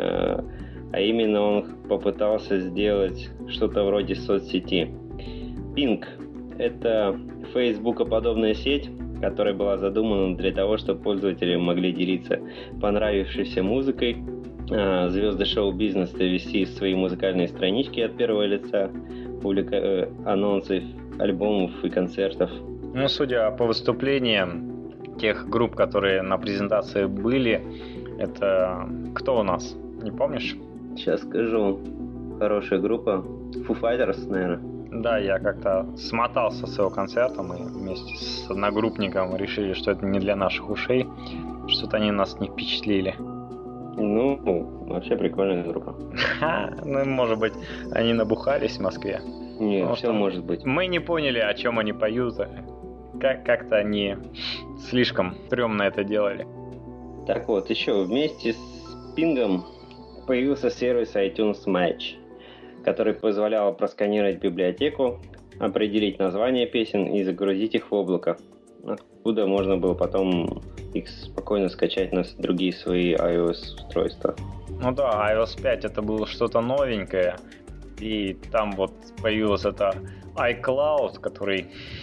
а именно он попытался сделать что-то вроде соцсети. Ping – это фейсбукоподобная сеть, которая была задумана для того, чтобы пользователи могли делиться понравившейся музыкой, звезды шоу-бизнеса вести свои музыкальные странички от первого лица, публика... анонсы альбомов и концертов. Ну, судя по выступлениям тех групп, которые на презентации были, это кто у нас? Не помнишь? Сейчас скажу. Хорошая группа. Foo Fighters, наверное. Да, я как-то смотался с его концерта, мы вместе с одногруппником решили, что это не для наших ушей, что-то они нас не впечатлили. Ну, вообще прикольная группа. Ну, может быть, они набухались в Москве. Нет, все может быть. Мы не поняли, о чем они поют. Как- как-то они слишком стрёмно это делали. Так вот, еще вместе с Ping появился сервис iTunes Match, который позволял просканировать библиотеку, определить название песен и загрузить их в облако, откуда можно было потом их спокойно скачать на другие свои iOS-устройства. Ну да, iOS пять это было что-то новенькое, и там вот появилось это iCloud, который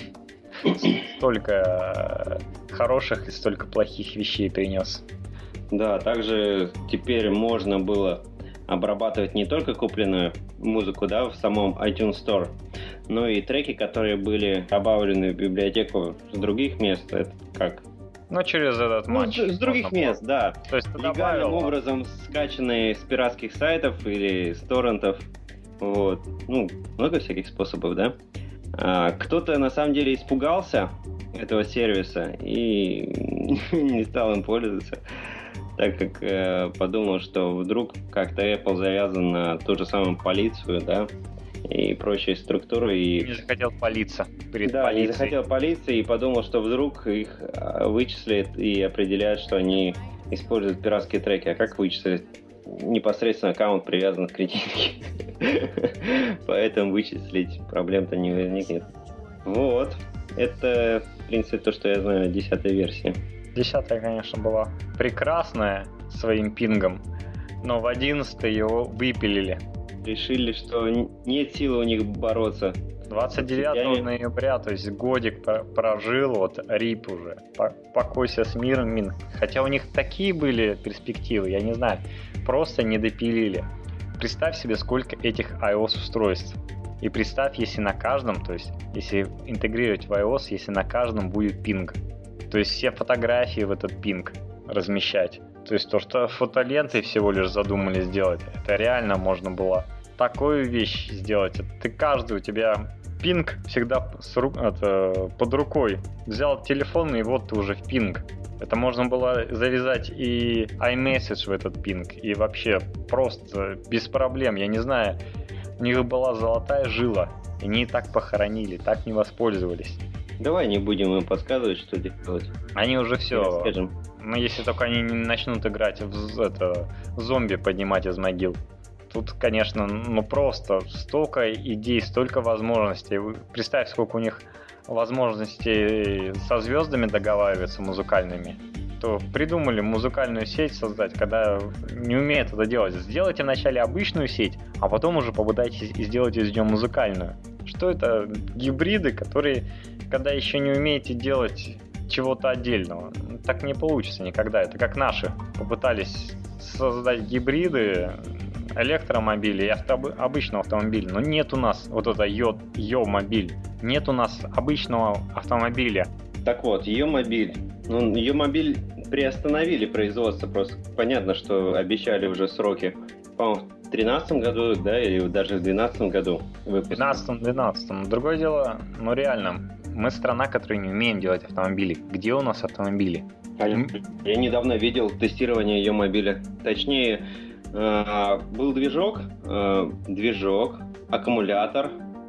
столько хороших и столько плохих вещей принес. Да, также теперь можно было обрабатывать не только купленную музыку, да, в самом iTunes Store, но и треки, которые были добавлены в библиотеку с других мест. Это как? Ну, через этот Ну, матч. с, с других мест, было. Да. То есть ты легальным добавил... образом скачанные с пиратских сайтов или с торрентов. Вот. Ну, много всяких способов, да. А, кто-то на самом деле испугался этого сервиса и не стал им пользоваться, так как э, подумал, что вдруг как-то Apple завязан на ту же самую полицию, да, и прочие структуры. И... Не захотел палиться перед да, полицией. не захотел полиции и подумал, что вдруг их вычислят и определяют, что они используют пиратские треки. А как вычислят? Непосредственно аккаунт привязан к кредитке. Поэтому вычислить проблем-то не возникнет. Вот. Это, в принципе, то, что я знаю о десятой версии. Десятая, конечно, была прекрасная своим пингом, но в одиннадцатой его выпилили. Решили, что нет силы у них бороться. двадцать девятого ноября, то есть годик прожил, вот рип уже. Покойся с миром, Мин. Хотя у них такие были перспективы, я не знаю, просто не допилили. Представь себе, сколько этих iOS-устройств. И представь, если на каждом, то есть если интегрировать в iOS, если на каждом будет пинг. То есть все фотографии в этот пинг размещать. То есть то, что фотоленты всего лишь задумали сделать, это реально можно было такую вещь сделать. Ты каждый, у тебя пинг всегда с ру... это, под рукой. Взял телефон, и вот ты уже в пинг. Это можно было завязать и iMessage в этот пинг. И вообще просто без проблем. Я не знаю, у них была золотая жила. И они и так похоронили, так не воспользовались. Давай не будем им подсказывать, что делать. Они уже все. Скажем. Ну, если только они не начнут играть в это, зомби, поднимать из могил. Тут, конечно, ну просто столько идей, столько возможностей. Представь, сколько у них возможностей со звездами договариваться музыкальными. То придумали музыкальную сеть создать, когда не умеют это делать. Сделайте вначале обычную сеть, а потом уже попытайтесь сделать из нее музыкальную. Что это? Гибриды, которые, когда еще не умеете делать чего-то отдельного, так не получится никогда. Это как наши попытались создать гибриды электромобилей и авто, обычного автомобиля, но нет у нас вот это йо, йо-мобиль, нет у нас обычного автомобиля. Так вот, ее мобиль Ну, ее мобиль приостановили производство, просто понятно, что обещали уже сроки. По-моему, в тринадцатом году, да, или даже в двенадцатом году выпуск. В двенадцатом-двенадцатом. Другое дело, ну реально, мы страна, которая не умеем делать автомобили. Где у нас автомобили? А я, я недавно видел тестирование ее мобиля. Точнее, э, был движок, э, движок, аккумулятор,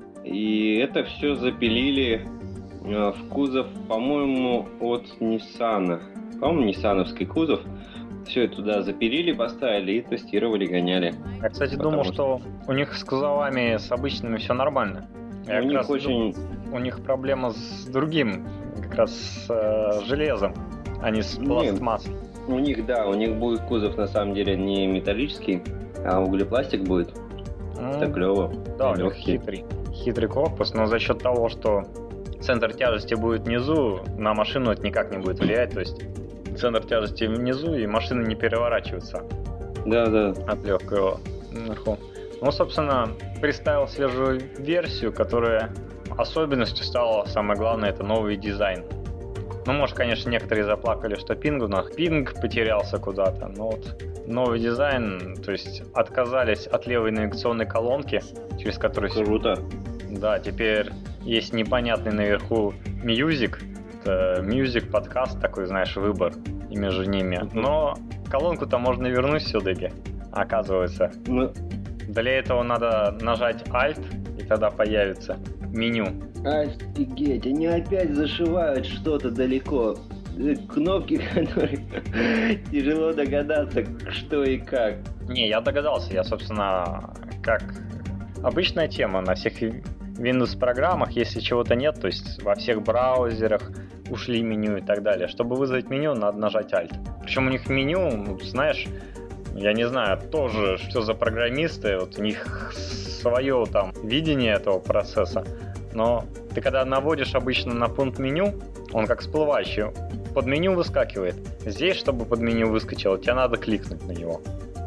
и это все запилили э, в кузов, по-моему, от Nissan. По-моему, ниссановский кузов. Все это туда запилили, поставили и тестировали, гоняли. Я, кстати, думал, что... что у них с кузовами, с обычными все нормально. Я у них очень... Думал, у них проблема с другим, как раз с э, железом, а не с пластмассой. У них, да, у них будет кузов на самом деле не металлический, а углепластик будет. Mm. Это клево. Да, у них хитрый, хитрый корпус, но за счет того, что центр тяжести будет внизу, на машину это никак не будет влиять, то есть центр тяжести внизу, и машины не переворачиваются. Да, да. От легкого наверху. Ну, собственно, представил свежую версию, которая особенностью стала, самое главное, это новый дизайн. Ну, может, конечно, некоторые заплакали, что пинг у нас, пинг потерялся куда-то, но вот новый дизайн, то есть отказались от левой навигационной колонки, через которую... Круто. Да, теперь есть непонятный наверху Music, Music, подкаст, такой, знаешь, выбор и между ними. Но колонку-то можно вернуть все-таки, оказывается. Ну... Для этого надо нажать Alt, и тогда появится меню. Офигеть, они опять зашивают что-то далеко. Кнопки, которые тяжело догадаться, что и как. Не, я догадался, я, собственно, как обычная тема на всех Windows-программах, если чего-то нет, то есть во всех браузерах ушли меню и так далее. Чтобы вызвать меню, надо нажать Alt. Причем у них меню, ну, знаешь, я не знаю, тоже, что за программисты, вот у них свое там видение этого процесса, но ты когда наводишь обычно на пункт меню, он как всплывающий, под меню выскакивает. Здесь, чтобы под меню выскочило, тебе надо кликнуть на него.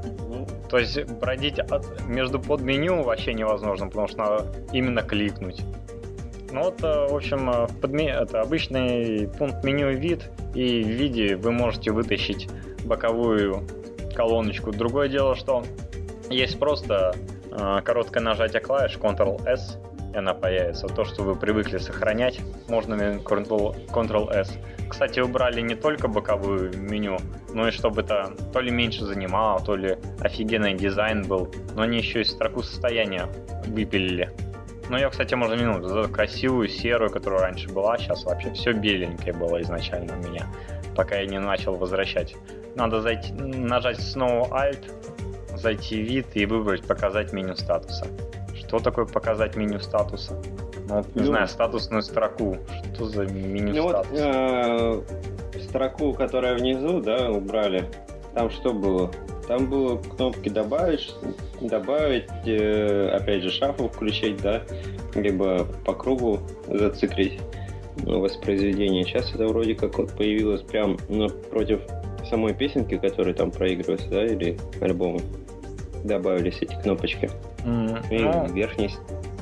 То есть бродить от, между под меню вообще невозможно, потому что надо именно кликнуть. Ну вот, в общем, подме... это обычный пункт меню вид, и в виде вы можете вытащить боковую колоночку. Другое дело, что есть просто э, короткое нажатие клавиш контрол эс, и она появится. То, что вы привыкли сохранять, можно контрол эс. Кстати, убрали не только боковую меню, но и чтобы это то ли меньше занимало, то ли офигенный дизайн был, но они еще и строку состояния выпилили. Ну, ее, кстати, можно минуть за красивую серую, которая раньше была, сейчас вообще все беленькое было изначально у меня, пока я не начал возвращать. Надо зайти, нажать снова Alt, зайти в вид и выбрать показать меню статуса. Что такое показать меню статуса? Ну, вот, не ну, знаю, статусную строку. Что за меню ну статуса? Вот, э, строку, которая внизу, да, убрали. Там что было? Там было кнопки добавить, добавить, э, опять же, шафл включить, да, либо по кругу зациклить воспроизведение. Сейчас это вроде как вот появилось прям напротив самой песенки, которая там проигрывается, да, или альбома. Добавились эти кнопочки. Mm, и ну, верхний.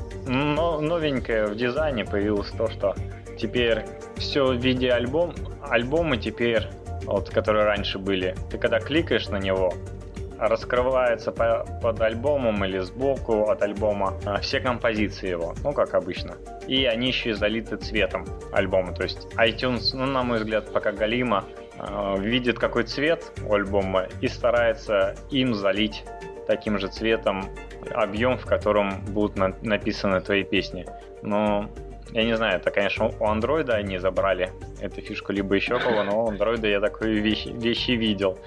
Но новенькое в дизайне появилось то, что теперь все в виде альбом, альбомы теперь, вот, которые раньше были, ты когда кликаешь на него, раскрывается по, под альбомом или сбоку от альбома а, все композиции его, ну как обычно. И они еще и залиты цветом альбома. То есть iTunes, ну на мой взгляд, пока галимо, э, видит какой цвет у альбома и старается им залить таким же цветом объем, в котором будут на- написаны твои песни. Но я не знаю, это, конечно, у Андроида они забрали эту фишку, либо еще кого, но у Андроида я такие вещи, вещи видел.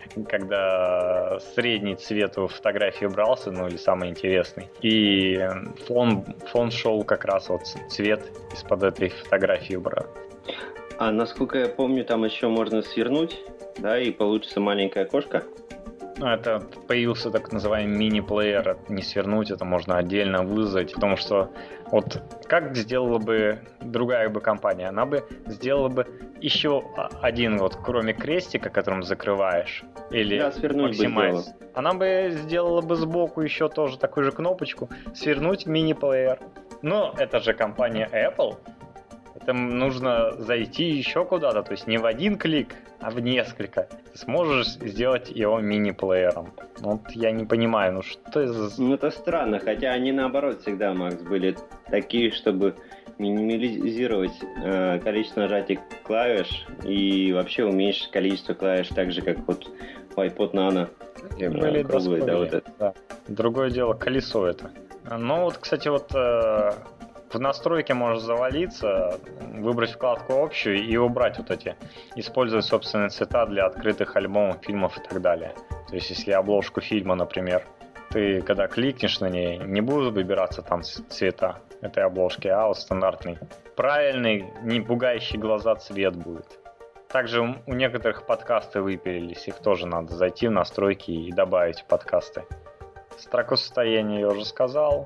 Когда средний цвет у фотографии брался, ну или самый интересный, и фон, фон шел как раз вот цвет из-под этой фотографии брал. А насколько я помню, там еще можно свернуть, да, и получится маленькое окошко. Ну, это появился так называемый мини-плеер, это не свернуть, это можно отдельно вызвать, потому что вот как сделала бы другая бы компания, она бы сделала бы еще один вот, кроме крестика, которым закрываешь, или да, максимайз, бы она бы сделала бы сбоку еще тоже такую же кнопочку, свернуть мини-плеер. Но это же компания Apple, Это нужно зайти еще куда-то, то есть не в один клик, а в несколько. Ты сможешь сделать его мини-плеером. Вот я не понимаю, ну что это за... Ну это странно, хотя они наоборот всегда, Макс, были такие, чтобы минимализировать э, количество нажатий клавиш и вообще уменьшить количество клавиш так же, как вот в iPod Nano. И были круглые, да, вот это. Да. Другое дело, колесо это. Ну вот, кстати, вот э, в настройке можешь завалиться, выбрать вкладку общую и убрать вот эти, использовать собственные цвета для открытых альбомов, фильмов и так далее. То есть, если обложку фильма, например, ты когда кликнешь на ней, не будут выбираться там цвета этой обложки, а вот стандартный, правильный, не пугающий глаза цвет будет. Также у некоторых подкасты выпилились, их тоже надо зайти в настройки и добавить в подкасты. Строку состояния я уже сказал.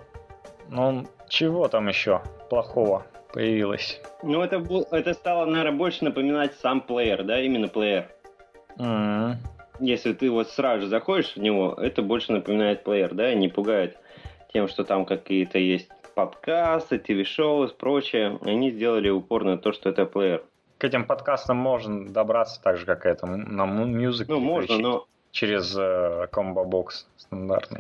Ну, чего там еще плохого появилось? Ну, это, это стало, наверное, больше напоминать сам плеер, да, именно плеер. Mm-hmm. Если ты вот сразу же заходишь в него, это больше напоминает плеер, да, и не пугает тем, что там какие-то есть подкасты, ТВ-шоу и прочее. Они сделали упор на то, что это плеер. К этим подкастам можно добраться так же, как и это, на Music. Ну, можно, но... Через э, комбо-бокс стандартный.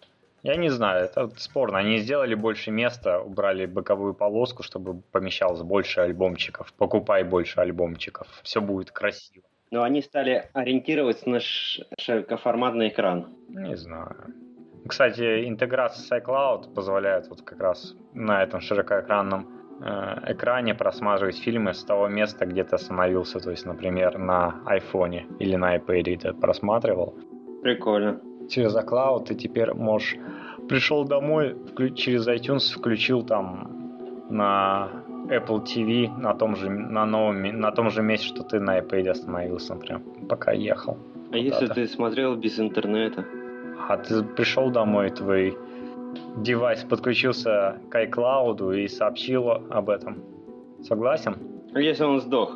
Я не знаю, это вот спорно. Они сделали больше места, убрали боковую полоску, чтобы помещалось больше альбомчиков. Покупай больше альбомчиков. Все будет красиво. Но они стали ориентироваться на широкоформатный экран. Не знаю. Кстати, интеграция с iCloud позволяет вот как раз на этом широкоэкранном э, экране просматривать фильмы с того места, где ты остановился. То есть, например, на айфоне или на iPad ты просматривал. Прикольно. Через iCloud ты теперь можешь... Пришел домой, вклю... через iTunes включил там на Apple ти ви на том же, на новом, на том же месте, что ты на iPad остановился, например, пока ехал. А если ты смотрел без интернета? А ты пришел домой, твой девайс подключился к iCloud и сообщил об этом. Согласен? А если он сдох?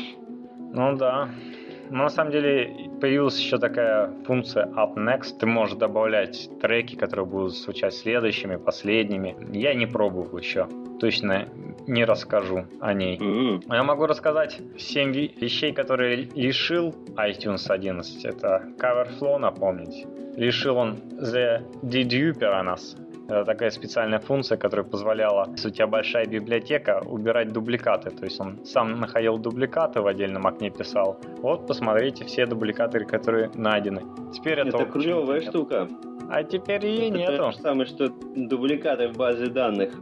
Ну да. Но на самом деле появилась еще такая функция Up Next. Ты можешь добавлять треки, которые будут звучать следующими, последними. Я не пробовал еще. Точно не расскажу о ней. Mm-hmm. Я могу рассказать семь вещей, которые лишил iTunes одиннадцать. Это Coverflow, напомнить. Лишил он The Deduperanus. Это такая специальная функция, которая позволяла, если у тебя большая библиотека, убирать дубликаты. То есть он сам находил дубликаты, в отдельном окне писал. Вот, посмотрите, все дубликаты, которые найдены. Теперь это это клевая нет. штука. А теперь ее это нету. То же самое, что дубликаты в базе данных.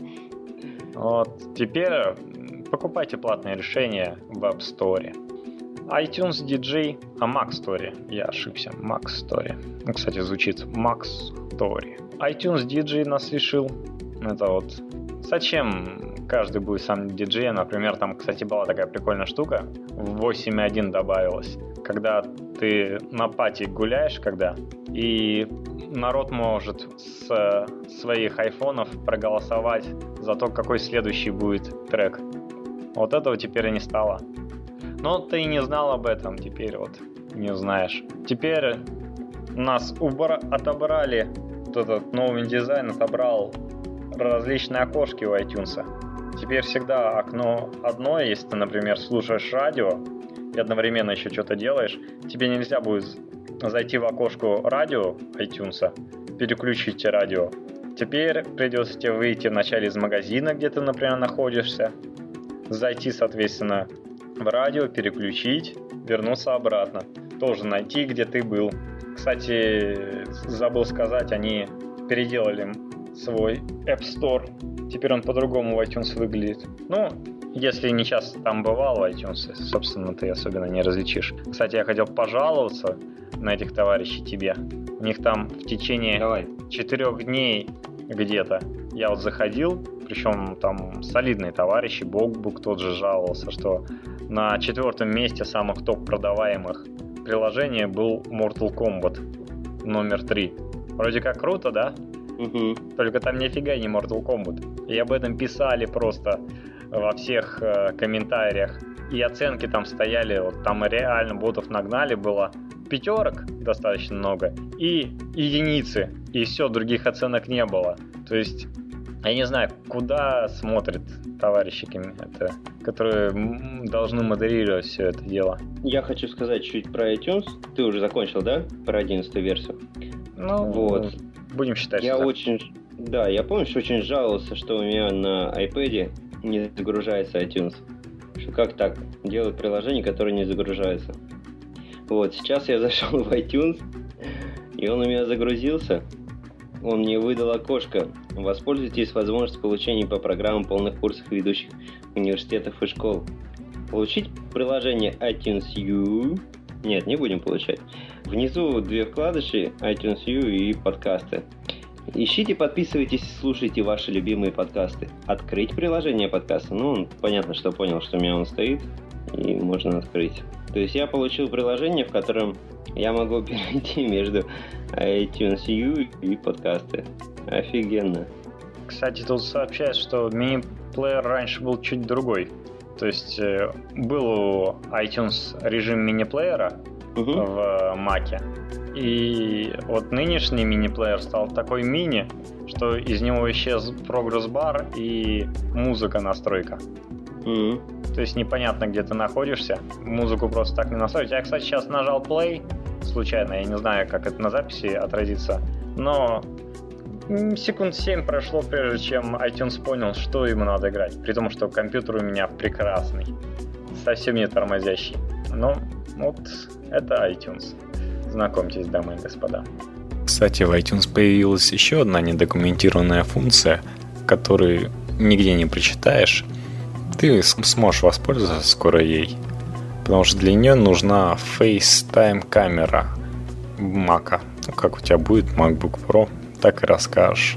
Вот, теперь покупайте платные решения в App Store. iTunes ди джей, а Mac Store. Я ошибся, Mac Store. Ну, кстати, звучит Mac Store. iTunes ди джей нас лишил. Это вот... Зачем каждый будет сам диджеем? Например, там, кстати, была такая прикольная штука. В восемь точка один добавилась. Когда ты на пати гуляешь, когда, и народ может с своих айфонов проголосовать за то, какой следующий будет трек. Вот этого теперь и не стало. Но ты и не знал об этом, теперь вот не знаешь. Теперь нас убра- отобрали, вот этот новый дизайн отобрал различные окошки у iTunes. Теперь всегда окно одно, если ты, например, слушаешь радио и одновременно еще что-то делаешь, тебе нельзя будет зайти в окошко радио iTunes, переключить радио. Теперь придется тебе выйти вначале из магазина, где ты, например, находишься, зайти, соответственно, в радио, переключить, вернуться обратно. Тоже найти, где ты был. Кстати, забыл сказать, они переделали свой App Store. Теперь он по-другому в iTunes выглядит. Ну, если не часто там бывал в iTunes, собственно, ты особенно не различишь. Кстати, я хотел пожаловаться на этих товарищей тебе. У них там в течение Давай. четырех дней где-то я вот заходил, причем там солидные товарищи, Богбук тот же жаловался, что на четвертом месте самых топ-продаваемых приложений был Mortal Kombat номер три. Вроде как круто, да? Угу. Только там нифига не Mortal Kombat. И об этом писали просто во всех э, комментариях. И оценки там стояли, вот там реально ботов нагнали, было пятерок достаточно много и единицы. И все, других оценок не было. То есть Я не знаю, куда смотрят товарищи, это, которые должны модерировать все это дело. Я хочу сказать чуть про iTunes. Ты уже закончил, да? Про одиннадцатую версию. Ну, вот. Будем считать, я что очень, да, я помню, что очень жаловался, что у меня на iPad не загружается iTunes. Что как так? Делать приложение, которое не загружается. Вот, сейчас я зашел в iTunes, и он у меня загрузился. Он мне выдал окошко. Воспользуйтесь возможностью получения по программам полных курсов ведущих университетов и школ. Получить приложение iTunes U. Нет, не будем получать. Внизу две вкладыши: iTunes U и подкасты. Ищите, подписывайтесь, слушайте ваши любимые подкасты. Открыть приложение подкаста. Ну, он, понятно, что понял, что у меня он стоит, и можно открыть. То есть я получил приложение, в котором я могу перейти между iTunes U и подкасты. Офигенно. Кстати, тут сообщают, что мини-плеер раньше был чуть другой. То есть был у iTunes режим мини-плеера угу. в Mac'е. И вот нынешний мини-плеер стал такой мини, что из него исчез прогресс-бар и музыка настройка. Mm-hmm. То есть непонятно, где ты находишься. Музыку просто так не настроить. Я, кстати, сейчас нажал play случайно. Я не знаю, как это на записи отразится. Но секунд семь прошло, прежде чем iTunes понял, что ему надо играть. При том, что компьютер у меня прекрасный. Совсем не тормозящий. Но вот это iTunes. Знакомьтесь, дамы и господа. Кстати, в iTunes появилась еще одна недокументированная функция, которую нигде не прочитаешь. Ты сможешь воспользоваться скоро ей, потому что для нее нужна FaceTime камера Mac. Ну, как у тебя будет MacBook Pro, так и расскажешь.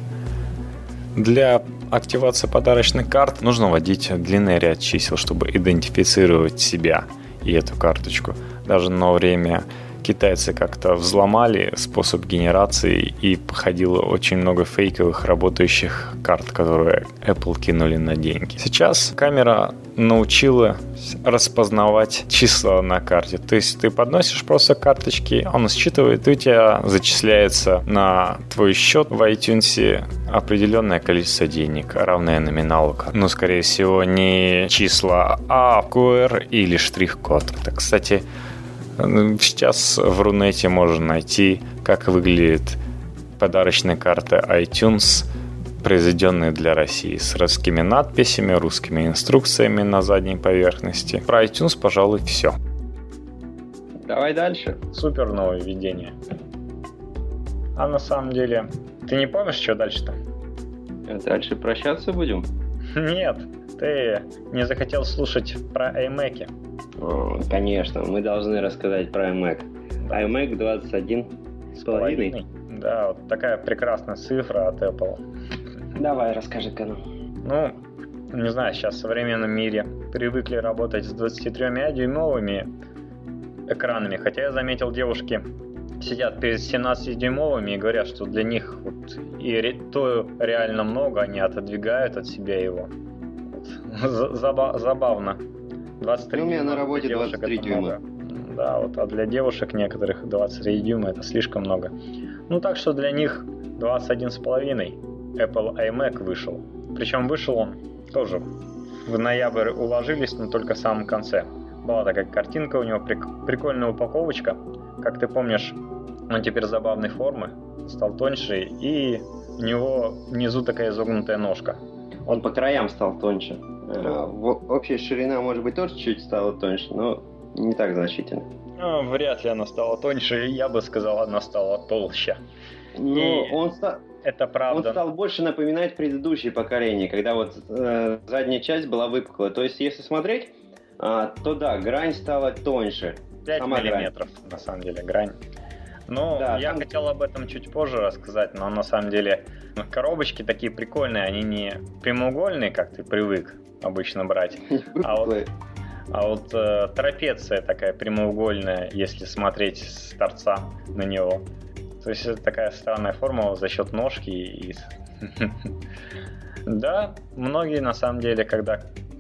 Для активации подарочных карт нужно вводить длинный ряд чисел, чтобы идентифицировать себя и эту карточку. Даже на время китайцы как-то взломали способ генерации, и походило очень много фейковых работающих карт, которые Apple кинули на деньги. Сейчас камера научила распознавать числа на карте. То есть ты подносишь просто карточки, он считывает, и у тебя зачисляется на твой счет в iTunes определенное количество денег, равное номиналу. Ну, скорее всего, не числа, а ку ар или штрих-код. Это, кстати, сейчас в Рунете можно найти, как выглядит подарочная карта iTunes, произведенная для России, с русскими надписями, русскими инструкциями на задней поверхности. Про iTunes, пожалуй, все. Давай дальше. Супер нововведение. А на самом деле, ты не помнишь, что дальше-то? Дальше прощаться будем? Нет, ты не захотел слушать про iMac. О, конечно, мы должны рассказать про iMac. iMac двадцать один с половиной. Да, вот такая прекрасная цифра от Apple. Давай, расскажи-ка нам. Ну, не знаю, сейчас в современном мире привыкли работать с двадцатитрёхдюймовыми экранами, хотя я заметил, девушки сидят перед семнадцатидюймовыми и говорят, что для них вот и то реально много, они отодвигают от себя его. Вот. Заба- забавно. двадцать три ну, у меня на работе двадцать три дюйма. Да, вот, а для девушек некоторых двадцать три дюйма это слишком много. Ну так что для них двадцать один с половиной Apple iMac вышел. Причем вышел он тоже в ноябрь уложились, но только в самом конце. Была такая картинка у него, прик- прикольная упаковочка. Как ты помнишь, он теперь забавной формы, стал тоньше, и у него внизу такая изогнутая ножка. Он по краям стал тоньше. Общая ширина, может быть, тоже чуть стала тоньше, но не так значительно. Ну, вряд ли она стала тоньше, я бы сказал, она стала толще. Ну, он стал... Это правда. Он стал больше напоминать предыдущее поколение, когда вот э, задняя часть была выпуклая. То есть, если смотреть, э, то да, грань стала тоньше. пять миллиметров, грань. На самом деле, грань. Ну, да, я там... хотел об этом чуть позже рассказать, но на самом деле коробочки такие прикольные, они не прямоугольные, как ты привык обычно брать, а вот, а вот э, трапеция такая прямоугольная, если смотреть с торца на него. То есть это такая странная форма за счет ножки. И... Да, многие на самом деле, когда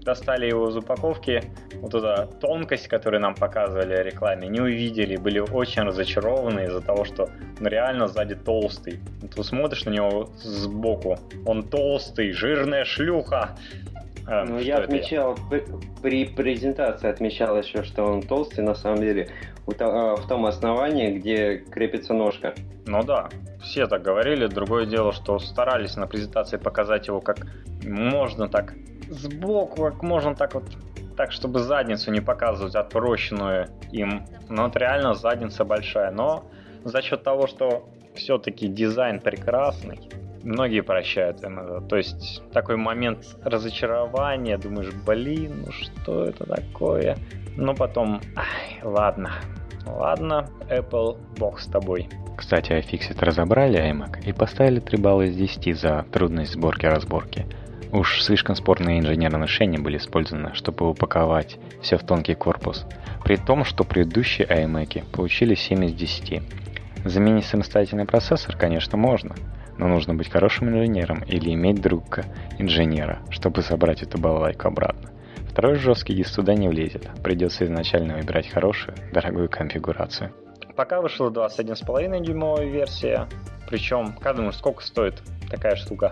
достали его из упаковки, вот эта тонкость, которую нам показывали в рекламе, не увидели, были очень разочарованы из-за того, что он реально сзади толстый. Вот ты смотришь на него сбоку, он толстый, жирная шлюха. А, ну, я отмечал, я? при презентации отмечал еще, что он толстый, на самом деле, в том основании, где крепится ножка. Ну да, все так говорили. Другое дело, что старались на презентации показать его как можно так сбоку, как можно так вот, так, чтобы задницу не показывать отрощенную им. Но вот реально задница большая. Но за счет того, что все-таки дизайн прекрасный, многие прощают им это. То есть такой момент разочарования, думаешь, блин, ну что это такое? Но потом, ай, ладно, ладно, Apple, бог с тобой. Кстати, iFixit разобрали iMac и поставили три балла из десяти за трудность сборки-разборки. Уж слишком спорные инженерные решения были использованы, чтобы упаковать все в тонкий корпус, при том, что предыдущие iMac получили семь из десяти. Заменить самостоятельный процессор, конечно, можно, но нужно быть хорошим инженером или иметь друга инженера, чтобы собрать эту балалайку обратно. Второй жесткий диск туда не влезет, придется изначально выбирать хорошую, дорогую конфигурацию. Пока вышла двадцать один с половиной дюймовая версия, причем, как думаешь, сколько стоит такая штука?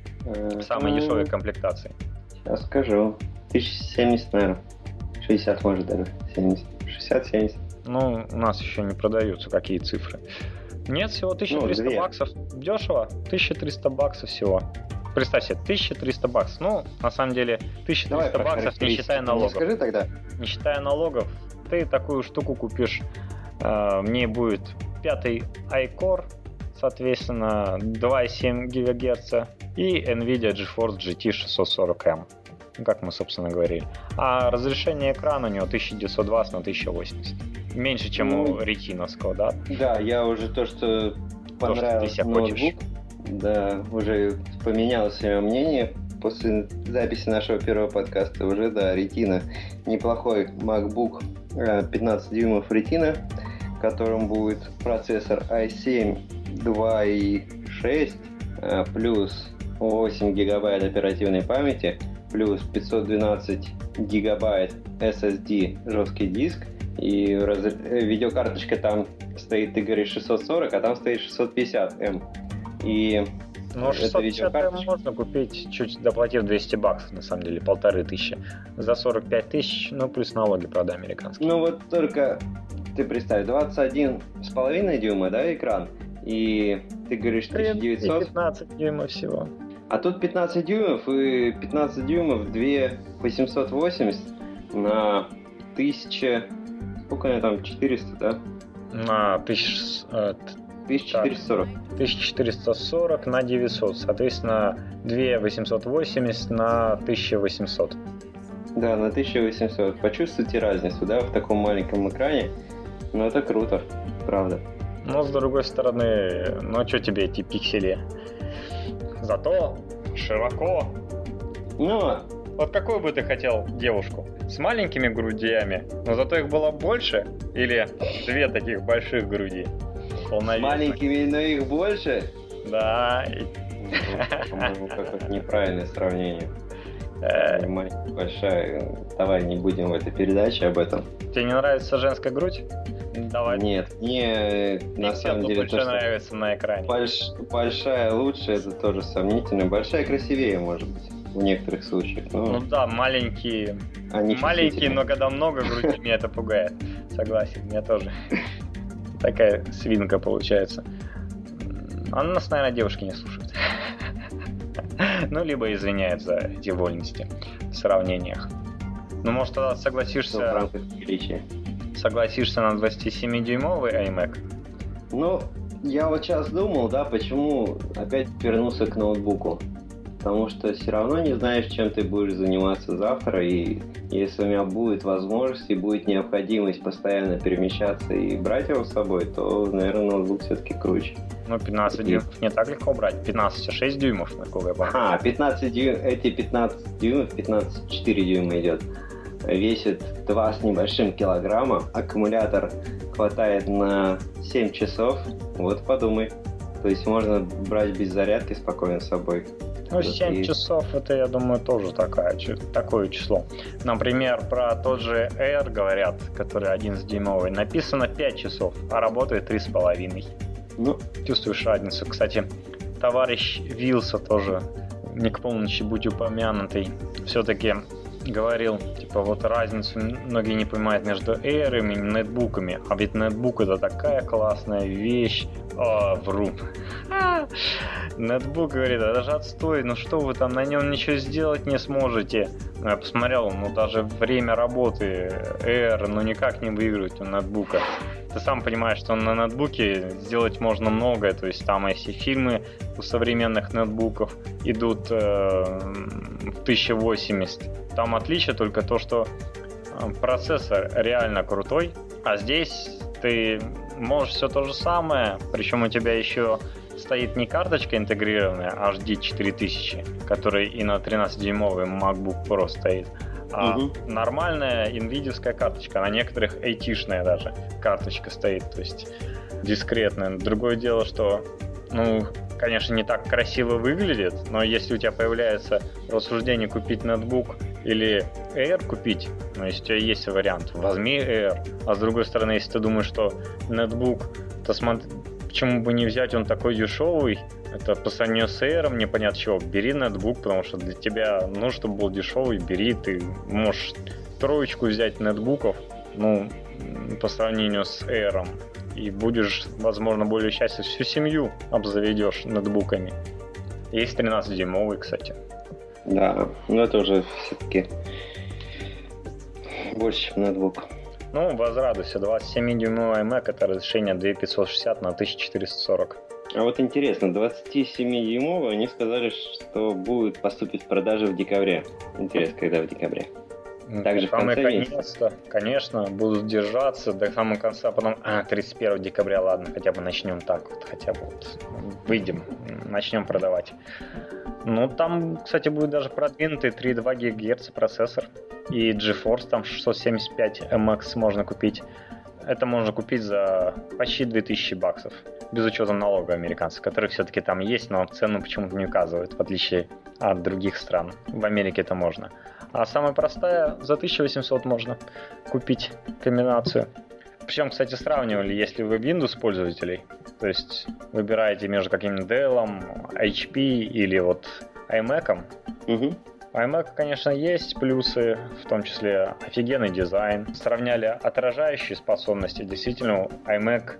В самой дешевой комплектации. Сейчас скажу. тысяча семьдесят, наверное. шестьдесят, может, даже. семьдесят. шестьдесят-семьдесят. Ну, у нас еще не продаются какие цифры. Нет, всего тысяча триста ну, баксов. Дешево. тысяча триста баксов всего. Представь себе, тысяча триста баксов. Ну, на самом деле, тысяча триста Давай баксов, не считая налогов. Скажи тогда. Не считая налогов, ты такую штуку купишь. Э, в ней будет пятый iCore, соответственно, два и семь гигагерца и NVIDIA GeForce джи ти шестьсот сорок эм, как мы, собственно, говорили. А разрешение экрана у него тысяча девятьсот двадцать на тысяча восемьдесят. Меньше, чем ну, у ретиновского, да? Да, я уже то, что понравился ноутбук, хочешь. Да, уже поменялось свое мнение после записи нашего первого подкаста. Уже, да, ретина. Неплохой MacBook пятнадцать дюймов ретина, в котором будет процессор ай семь два и шесть, плюс восемь гигабайт оперативной памяти, плюс пятьсот двенадцать гигабайт эс эс ди жесткий диск, и раз... видеокарточка там стоит, ты говоришь, шестьсот сорок, а там стоит шестьсот пятьдесят эм. И ну, шестьсот пятьдесят эм можно купить, чуть доплатив двести баксов, на самом деле, полторы тысячи. За сорок пять тысяч, ну, плюс налоги, правда, американские. Ну, вот только ты представь, двадцать один с половиной дюйма, да, экран, и ты говоришь тысяча девятьсот. пятнадцать дюймов всего. А тут пятнадцать дюймов, и пятнадцать дюймов две тысячи восемьсот восемьдесят на тысяча... Сколько она там, четыреста, да? На тысяча... тысяча четыреста сорок. тысяча четыреста сорок на девятьсот, соответственно, две тысячи восемьсот восемьдесят на тысяча восемьсот. Да, на тысяча восемьсот. Почувствуйте разницу, да, в таком маленьком экране. Ну, это круто, правда. Но, с другой стороны, ну, а что тебе эти пиксели? Зато широко. Ну, вот какую бы ты хотел девушку? С маленькими грудями, но зато их было больше? Или две таких больших груди? С маленькими, но их больше? Да. По-моему, какое-то неправильное сравнение. Маленькая, большая. Давай не будем в этой передаче об этом. Тебе не нравится женская грудь? Давай. Нет, мне на самом деле больше нравится на экране. Больш, большая лучше, это тоже сомнительно. Большая красивее, может быть, в некоторых случаях. Но... Ну да, маленькие. Они маленькие, но когда много груди, меня это пугает. Согласен, меня тоже. Такая свинка получается. А нас, наверное, девушки не слушают. Ну, либо извиняют за эти вольности в сравнениях. Ну, может, тогда согласишься... Согласишься на двадцатисемидюймовый iMac? Ну, я вот сейчас думал, да, почему опять вернулся к ноутбуку. Потому что все равно не знаешь, чем ты будешь заниматься завтра, и если у меня будет возможность и будет необходимость постоянно перемещаться и брать его с собой, то, наверное, ноутбук все-таки круче. Ну, пятнадцать дюймов не так легко брать. пятнадцать и шесть дюймов, насколько я помню. А, пятнадцать дюймов, эти пятнадцать дюймов, пятнадцать и четыре дюйма идет. Весит два с небольшим килограмма, аккумулятор хватает на семь часов, вот подумай. То есть можно брать без зарядки спокойно с собой. Ну, семь и... часов это, я думаю, тоже такая, такое число. Например, про тот же Air говорят, который одиннадцатидюймовый, написано пять часов, а работает три с половиной. Ну, чувствуешь разницу. Кстати, товарищ Вилса тоже, не к полночи будь упомянутый, все-таки говорил, типа, вот разницу многие не понимают между Air и нетбуками, а ведь нетбук это такая классная вещь. О, вру. Нетбук, говорит, это же отстой, ну что вы там на нем ничего сделать не сможете. Я посмотрел, ну даже время работы Air, ну никак не выигрывает у нетбука. Ты сам понимаешь, что на нетбуке сделать можно многое, то есть там если фильмы у современных нетбуков идут э, в тысяча восемьдесят, там отличие только то, что процессор реально крутой, а здесь ты можешь все то же самое, причем у тебя еще стоит не карточка интегрированная эйч ди четыре тысячи, которая и на тринадцатидюймовый MacBook Pro стоит, а угу. нормальная NVIDIA-ская карточка, на некоторых эй ти-шная даже карточка стоит, то есть дискретная. Другое дело, что, ну, конечно, не так красиво выглядит, но если у тебя появляется рассуждение купить ноутбук или Air купить, ну, если у тебя есть вариант, возьми Air. А с другой стороны, если ты думаешь, что ноутбук, то смотри, почему бы не взять, он такой дешевый, это по сравнению с Air, непонятно чего, бери ноутбук, потому что для тебя, ну, чтобы был дешевый, бери, ты можешь троечку взять ноутбуков, ну, по сравнению с Air, и будешь, возможно, более счастлив, всю семью обзаведешь ноутбуками. Есть тринадцатидюймовый, кстати. Да, но это уже все-таки больше, чем ноутбук. Ну, возрадуйся, двадцатисемидюймовый iMac это разрешение две тысячи пятьсот шестьдесят на тысяча четыреста сорок. А вот интересно, двадцатисемидюймовый они сказали, что будет поступить в продажу в декабре. Интересно, когда в декабре? Также в конце месяца. Конечно, будут держаться до самого конца, потом, а, тридцать первого декабря, ладно, хотя бы начнем так вот, хотя бы вот выйдем, начнем продавать. Ну, там, кстати, будет даже продвинутый три и два гигагерца процессор, и GeForce там шестьсот семьдесят пять эм икс можно купить. Это можно купить за почти две тысячи баксов, без учета налога американцев, которые все-таки там есть, но цену почему-то не указывают, в отличие от других стран. В Америке это можно. А самая простая за тысячу восемьсот можно купить комбинацию. Причем, кстати, сравнивали, если вы Windows пользователей, то есть выбираете между каким-нибудь Dell, эйч пи или вот iMac. Угу. У iMac, конечно, есть плюсы, в том числе офигенный дизайн. Сравняли отражающие способности. Действительно, iMac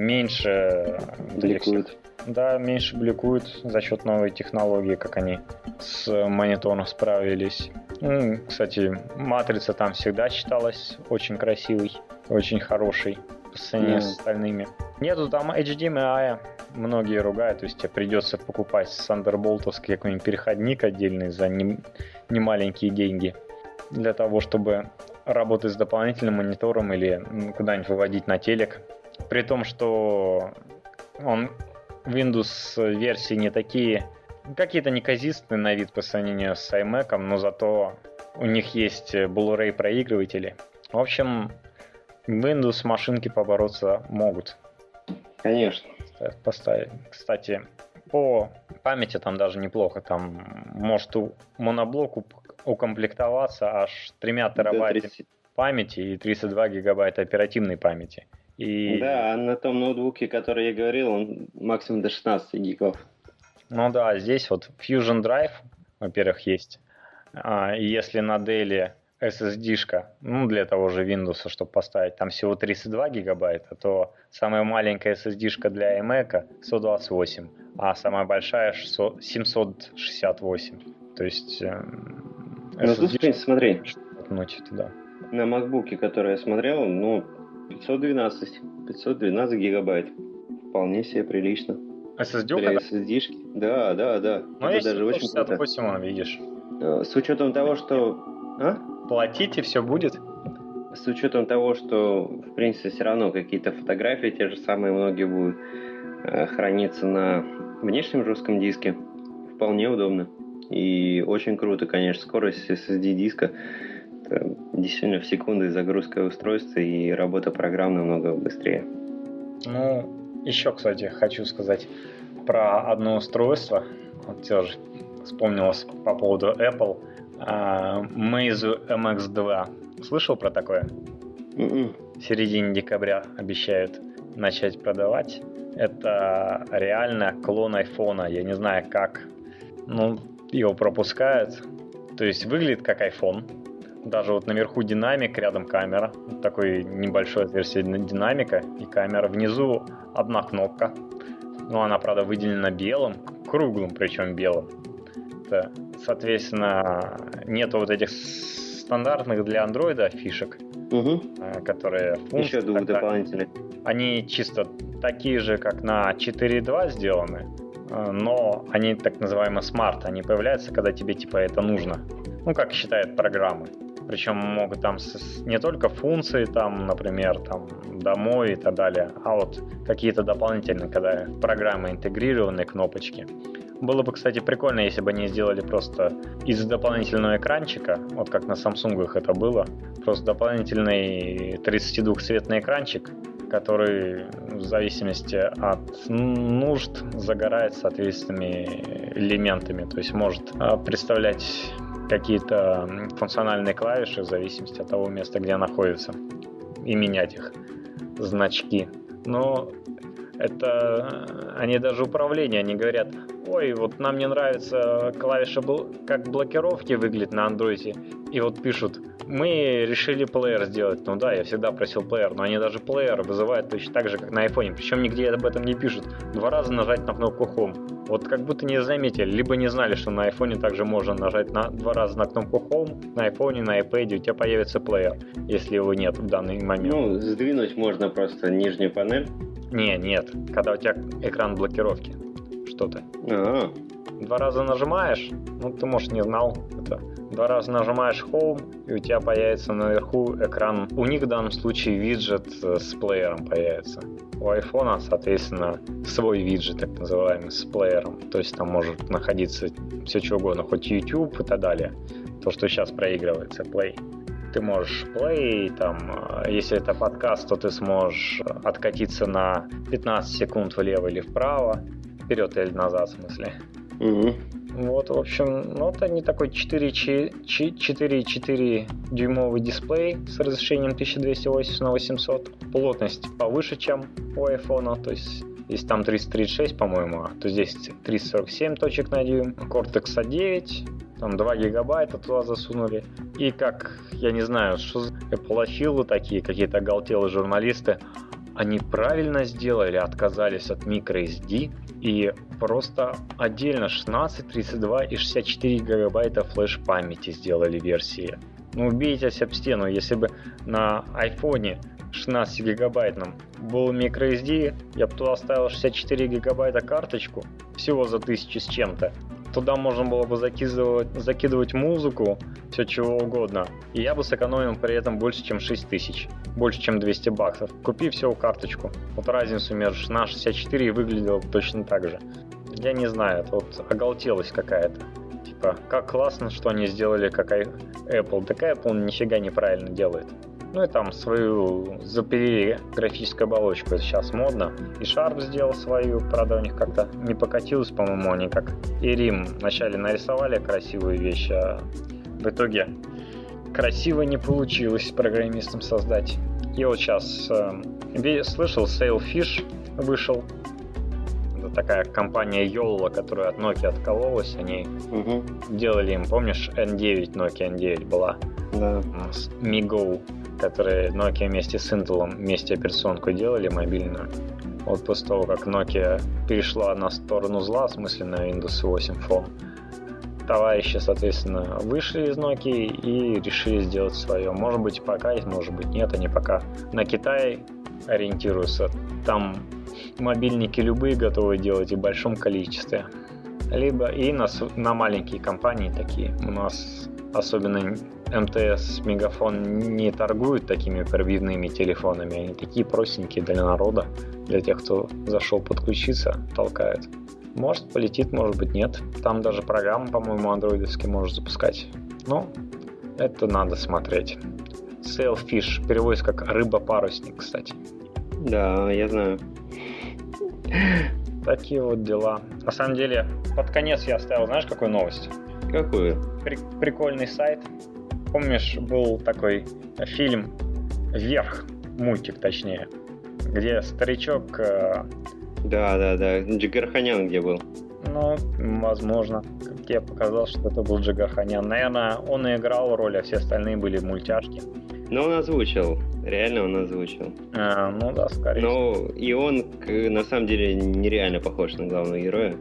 меньше бликует. Да, меньше бликует за счет новой технологии, как они с монитором справились. Ну, кстати, матрица там всегда считалась очень красивой, очень хорошей по сравнению mm. с остальными. Нету там эйч ди эм ай, многие ругают, то есть тебе придется покупать Thunderbolt'овский какой-нибудь переходник отдельный за немаленькие деньги для того, чтобы работать с дополнительным монитором или куда-нибудь выводить на телек. При том, что он Windows версии не такие, какие-то неказистые на вид по сравнению с iMac, но зато у них есть Blu-ray проигрыватели. В общем, Windows машинки побороться могут. Конечно. Поставить. Кстати, по памяти там даже неплохо. Там может у моноблоку укомплектоваться аж тремя терабайтами памяти и тридцать два гигабайта оперативной памяти. И... Да, на том ноутбуке, который я говорил, он максимум до шестнадцати гигов. Ну да, здесь вот Fusion Drive, во-первых, есть. А, и если на Dell эс эс ди-шка, ну для того же Windows, чтобы поставить, там всего тридцать два гигабайта, то самая маленькая эс эс ди-шка для iMac сто двадцать восемь, а самая большая семьсот шестьдесят восемь. То есть... Ну тут, в принципе, смотри. Туда. На MacBook'е, который я смотрел, ну... пятьсот двенадцать гигабайт. Вполне себе прилично. эс эс ди-ка? Для эс эс ди-шки. Да, да, да. Ну, это даже очень круто. шестьдесят восемь, видишь. С учетом того, что... А? Платите, все будет. С учетом того, что, в принципе, все равно какие-то фотографии, те же самые многие будут э, храниться на внешнем жестком диске. Вполне удобно. И очень круто, конечно, скорость эс эс ди-диска. Действительно в секунды загрузка устройства и работа программ намного быстрее. Ну, еще, кстати, хочу сказать про одно устройство. Вот тоже вспомнилось по поводу Apple. Meizu эм икс два. Слышал про такое? Mm-mm. В середине декабря обещают начать продавать. Это реально клон айфона. Я не знаю как. Ну, его пропускают. То есть выглядит как iPhone. Даже вот наверху динамик, рядом камера. Вот такой небольшой отверстие динамика и камера. Внизу одна кнопка. Но она, правда, выделена белым. Круглым причем белым. Это, соответственно, нету вот этих стандартных для андроида фишек. Угу. Которые функции. Еще двух дополнительных. Они чисто такие же, как на четыре точка два сделаны. Но они так называемые смарт. Они появляются, когда тебе типа это нужно. Ну, как считают программы. Причем могут там не только функции, там, например, там, домой и так далее, а вот какие-то дополнительные, когда программы интегрированные, кнопочки. Было бы, кстати, прикольно, если бы они сделали просто из дополнительного экранчика, вот как на Samsung это было, просто дополнительный тридцатидвухцветный экранчик, который в зависимости от нужд загорает соответственными элементами, то есть может представлять какие-то функциональные клавиши в зависимости от того места, где находится, и менять их значки. Но это они даже управление, они говорят: ой, вот нам не нравится клавиша, как блокировки выглядит на андроиде, и вот пишут: мы решили плеер сделать. Ну да, я всегда просил плеер, но они даже плеер вызывают точно так же, как на айфоне, причем нигде об этом не пишут. Два раза нажать на кнопку Home. Вот как будто не заметили, либо не знали, что на айфоне также можно нажать на два раза на кнопку Home, на айфоне, на iPad, у тебя появится плеер, если его нет в данный момент. Ну, сдвинуть можно просто нижнюю панель. Не, нет, когда у тебя экран блокировки, что-то. А-а. Два раза нажимаешь, ну ты, может, не знал это. Два раза нажимаешь Home, и у тебя появится наверху экран. У них в данном случае виджет с плеером появится. У айфона, соответственно, свой виджет, так называемый, с плеером. То есть там может находиться все что угодно, хоть YouTube и так далее. То, что сейчас проигрывается, Play. Ты можешь Play, там, если это подкаст, то ты сможешь откатиться на пятнадцать секунд влево или вправо. Вперед или назад, в смысле. Угу. Вот, в общем, ну, это не такой четыре целых четыре дюймовый дисплей с разрешением тысяча двести восемьдесят на восемьсот. Плотность повыше, чем у айфона, то есть если там триста тридцать шесть, по-моему, то здесь триста сорок семь точек на дюйм. Cortex а девять, там два гигабайта туда засунули. И как, я не знаю, что за эполофилы такие, какие-то оголтелые журналисты, они правильно сделали, отказались от microSD и просто отдельно шестнадцать, тридцать два и шестьдесят четыре гигабайта флеш-памяти сделали версии. Ну, убейтесь об стену, если бы на айфоне шестнадцатигигабайтном был microSD, я бы туда ставил шестьдесят четыре гигабайта карточку, всего за тысячу с чем-то. Туда можно было бы закидывать, закидывать музыку, все чего угодно. И я бы сэкономил при этом больше, чем шесть тысяч. Больше, чем двести баксов. Купи всего карточку. Вот разницу между на шестьдесят четыре выглядела точно так же. Я не знаю, это вот оголтелость какая-то. Типа, как классно, что они сделали, как Apple. Так Apple нифига неправильно делает. Ну и там свою запилили графическую оболочку, это сейчас модно. И Sharp сделал свою, правда у них как-то не покатилось, по-моему, они как и Рим вначале нарисовали красивые вещи, а в итоге красиво не получилось программистам создать. И вот сейчас э, слышал, Sailfish вышел. Это такая компания Yolla, которая от Nokia откололась, они угу. делали им, помнишь, эн девять, Nokia эн девять была? Да. MiGo, которые Nokia вместе с Intel вместе операционку делали мобильную. Вот после того, как Nokia перешла на сторону зла, в смысле на Windows восемь Phone, товарищи, соответственно, вышли из Nokia и решили сделать свое. Может быть, пока есть, может быть, нет. Они пока на Китай ориентируются. Там мобильники любые готовы делать и в большом количестве. Либо и на, на маленькие компании такие. У нас особенно эм тэ эс, Мегафон не торгуют такими пробивными телефонами. Они такие простенькие для народа, для тех, кто зашел подключиться, толкают. Может полетит, может быть нет. Там даже программы, по-моему, андроидовские можно запускать. Но это надо смотреть. Sailfish переводится как рыба-парусник, кстати. Да, я знаю. такие вот дела. На самом деле, под конец я оставил, знаешь, какую новость? Какую? При- прикольный сайт. Помнишь, был такой фильм «Вверх», мультик точнее, где старичок... э, Да, да, да. Джигарханян где был? Ну, возможно. Как я показал, что это был Джигарханян. Наверное, он и играл роль, а все остальные были мультяшки. Но он озвучил. Реально он озвучил. А, ну да, скорее всего. Но и он, к- на самом деле, нереально похож на главного героя.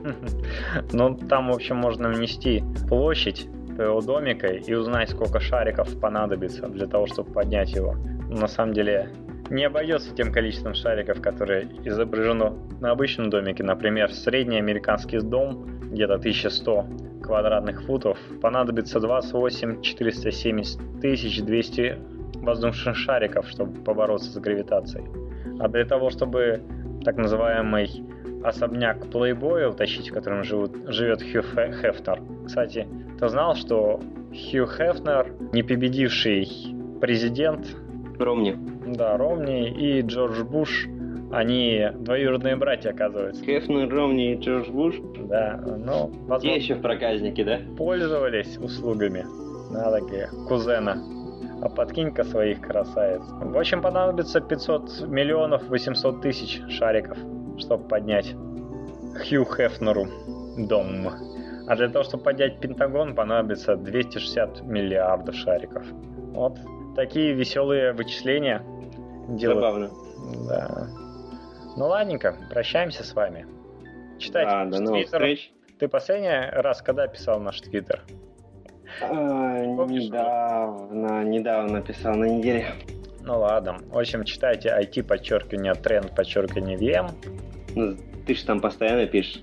Ну, там, в общем, можно внести площадь твоего домика и узнать, сколько шариков понадобится для того, чтобы поднять его. На самом деле, не обойдется тем количеством шариков, которые изображено на обычном домике. Например, средний американский дом, где-то тысяча сто квадратных футов, понадобится двадцать восемь миллионов четыреста семьдесят тысяч двести воздушных шариков, чтобы побороться с гравитацией. А для того, чтобы так называемый особняк плейбоя утащить, в котором живут, живет Хью Фе- Хефнер. Кстати, ты знал, что Хью Хефнер, не победивший президент, Ромни. да, Ромни и Джордж Буш, они двоюродные братья, оказывается. Хефнер, Ромни и Джордж Буш. Да, ну, Те возможно, еще в проказнике, да? пользовались услугами. Да, такие, кузена. А подкинь-ка своих красавиц. В общем, понадобится пятьсот миллионов восемьсот тысяч шариков, чтобы поднять Хью Хефнеру дом. А для того, чтобы поднять Пентагон, понадобится двести шестьдесят миллиардов шариков. Вот такие веселые вычисления делают. Забавно. Да. Ну ладненько, прощаемся с вами. Читайте А, наш до новых твиттер. встреч. Ты последний раз когда писал наш твиттер? А, Помнишь? недавно, недавно писал, на неделе. Ну ладно. В общем, читайте ай ти, подчеркивание, тренд, подчеркивание, ви эм. Ну, ты же там постоянно пишешь.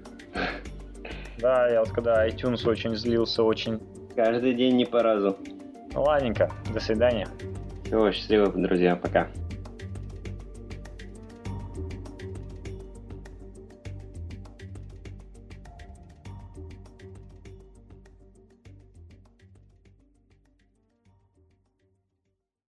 Да, я вот когда iTunes очень злился, очень... Каждый день не по разу. Ну ладненько, до свидания. Всего счастливо, друзья, пока.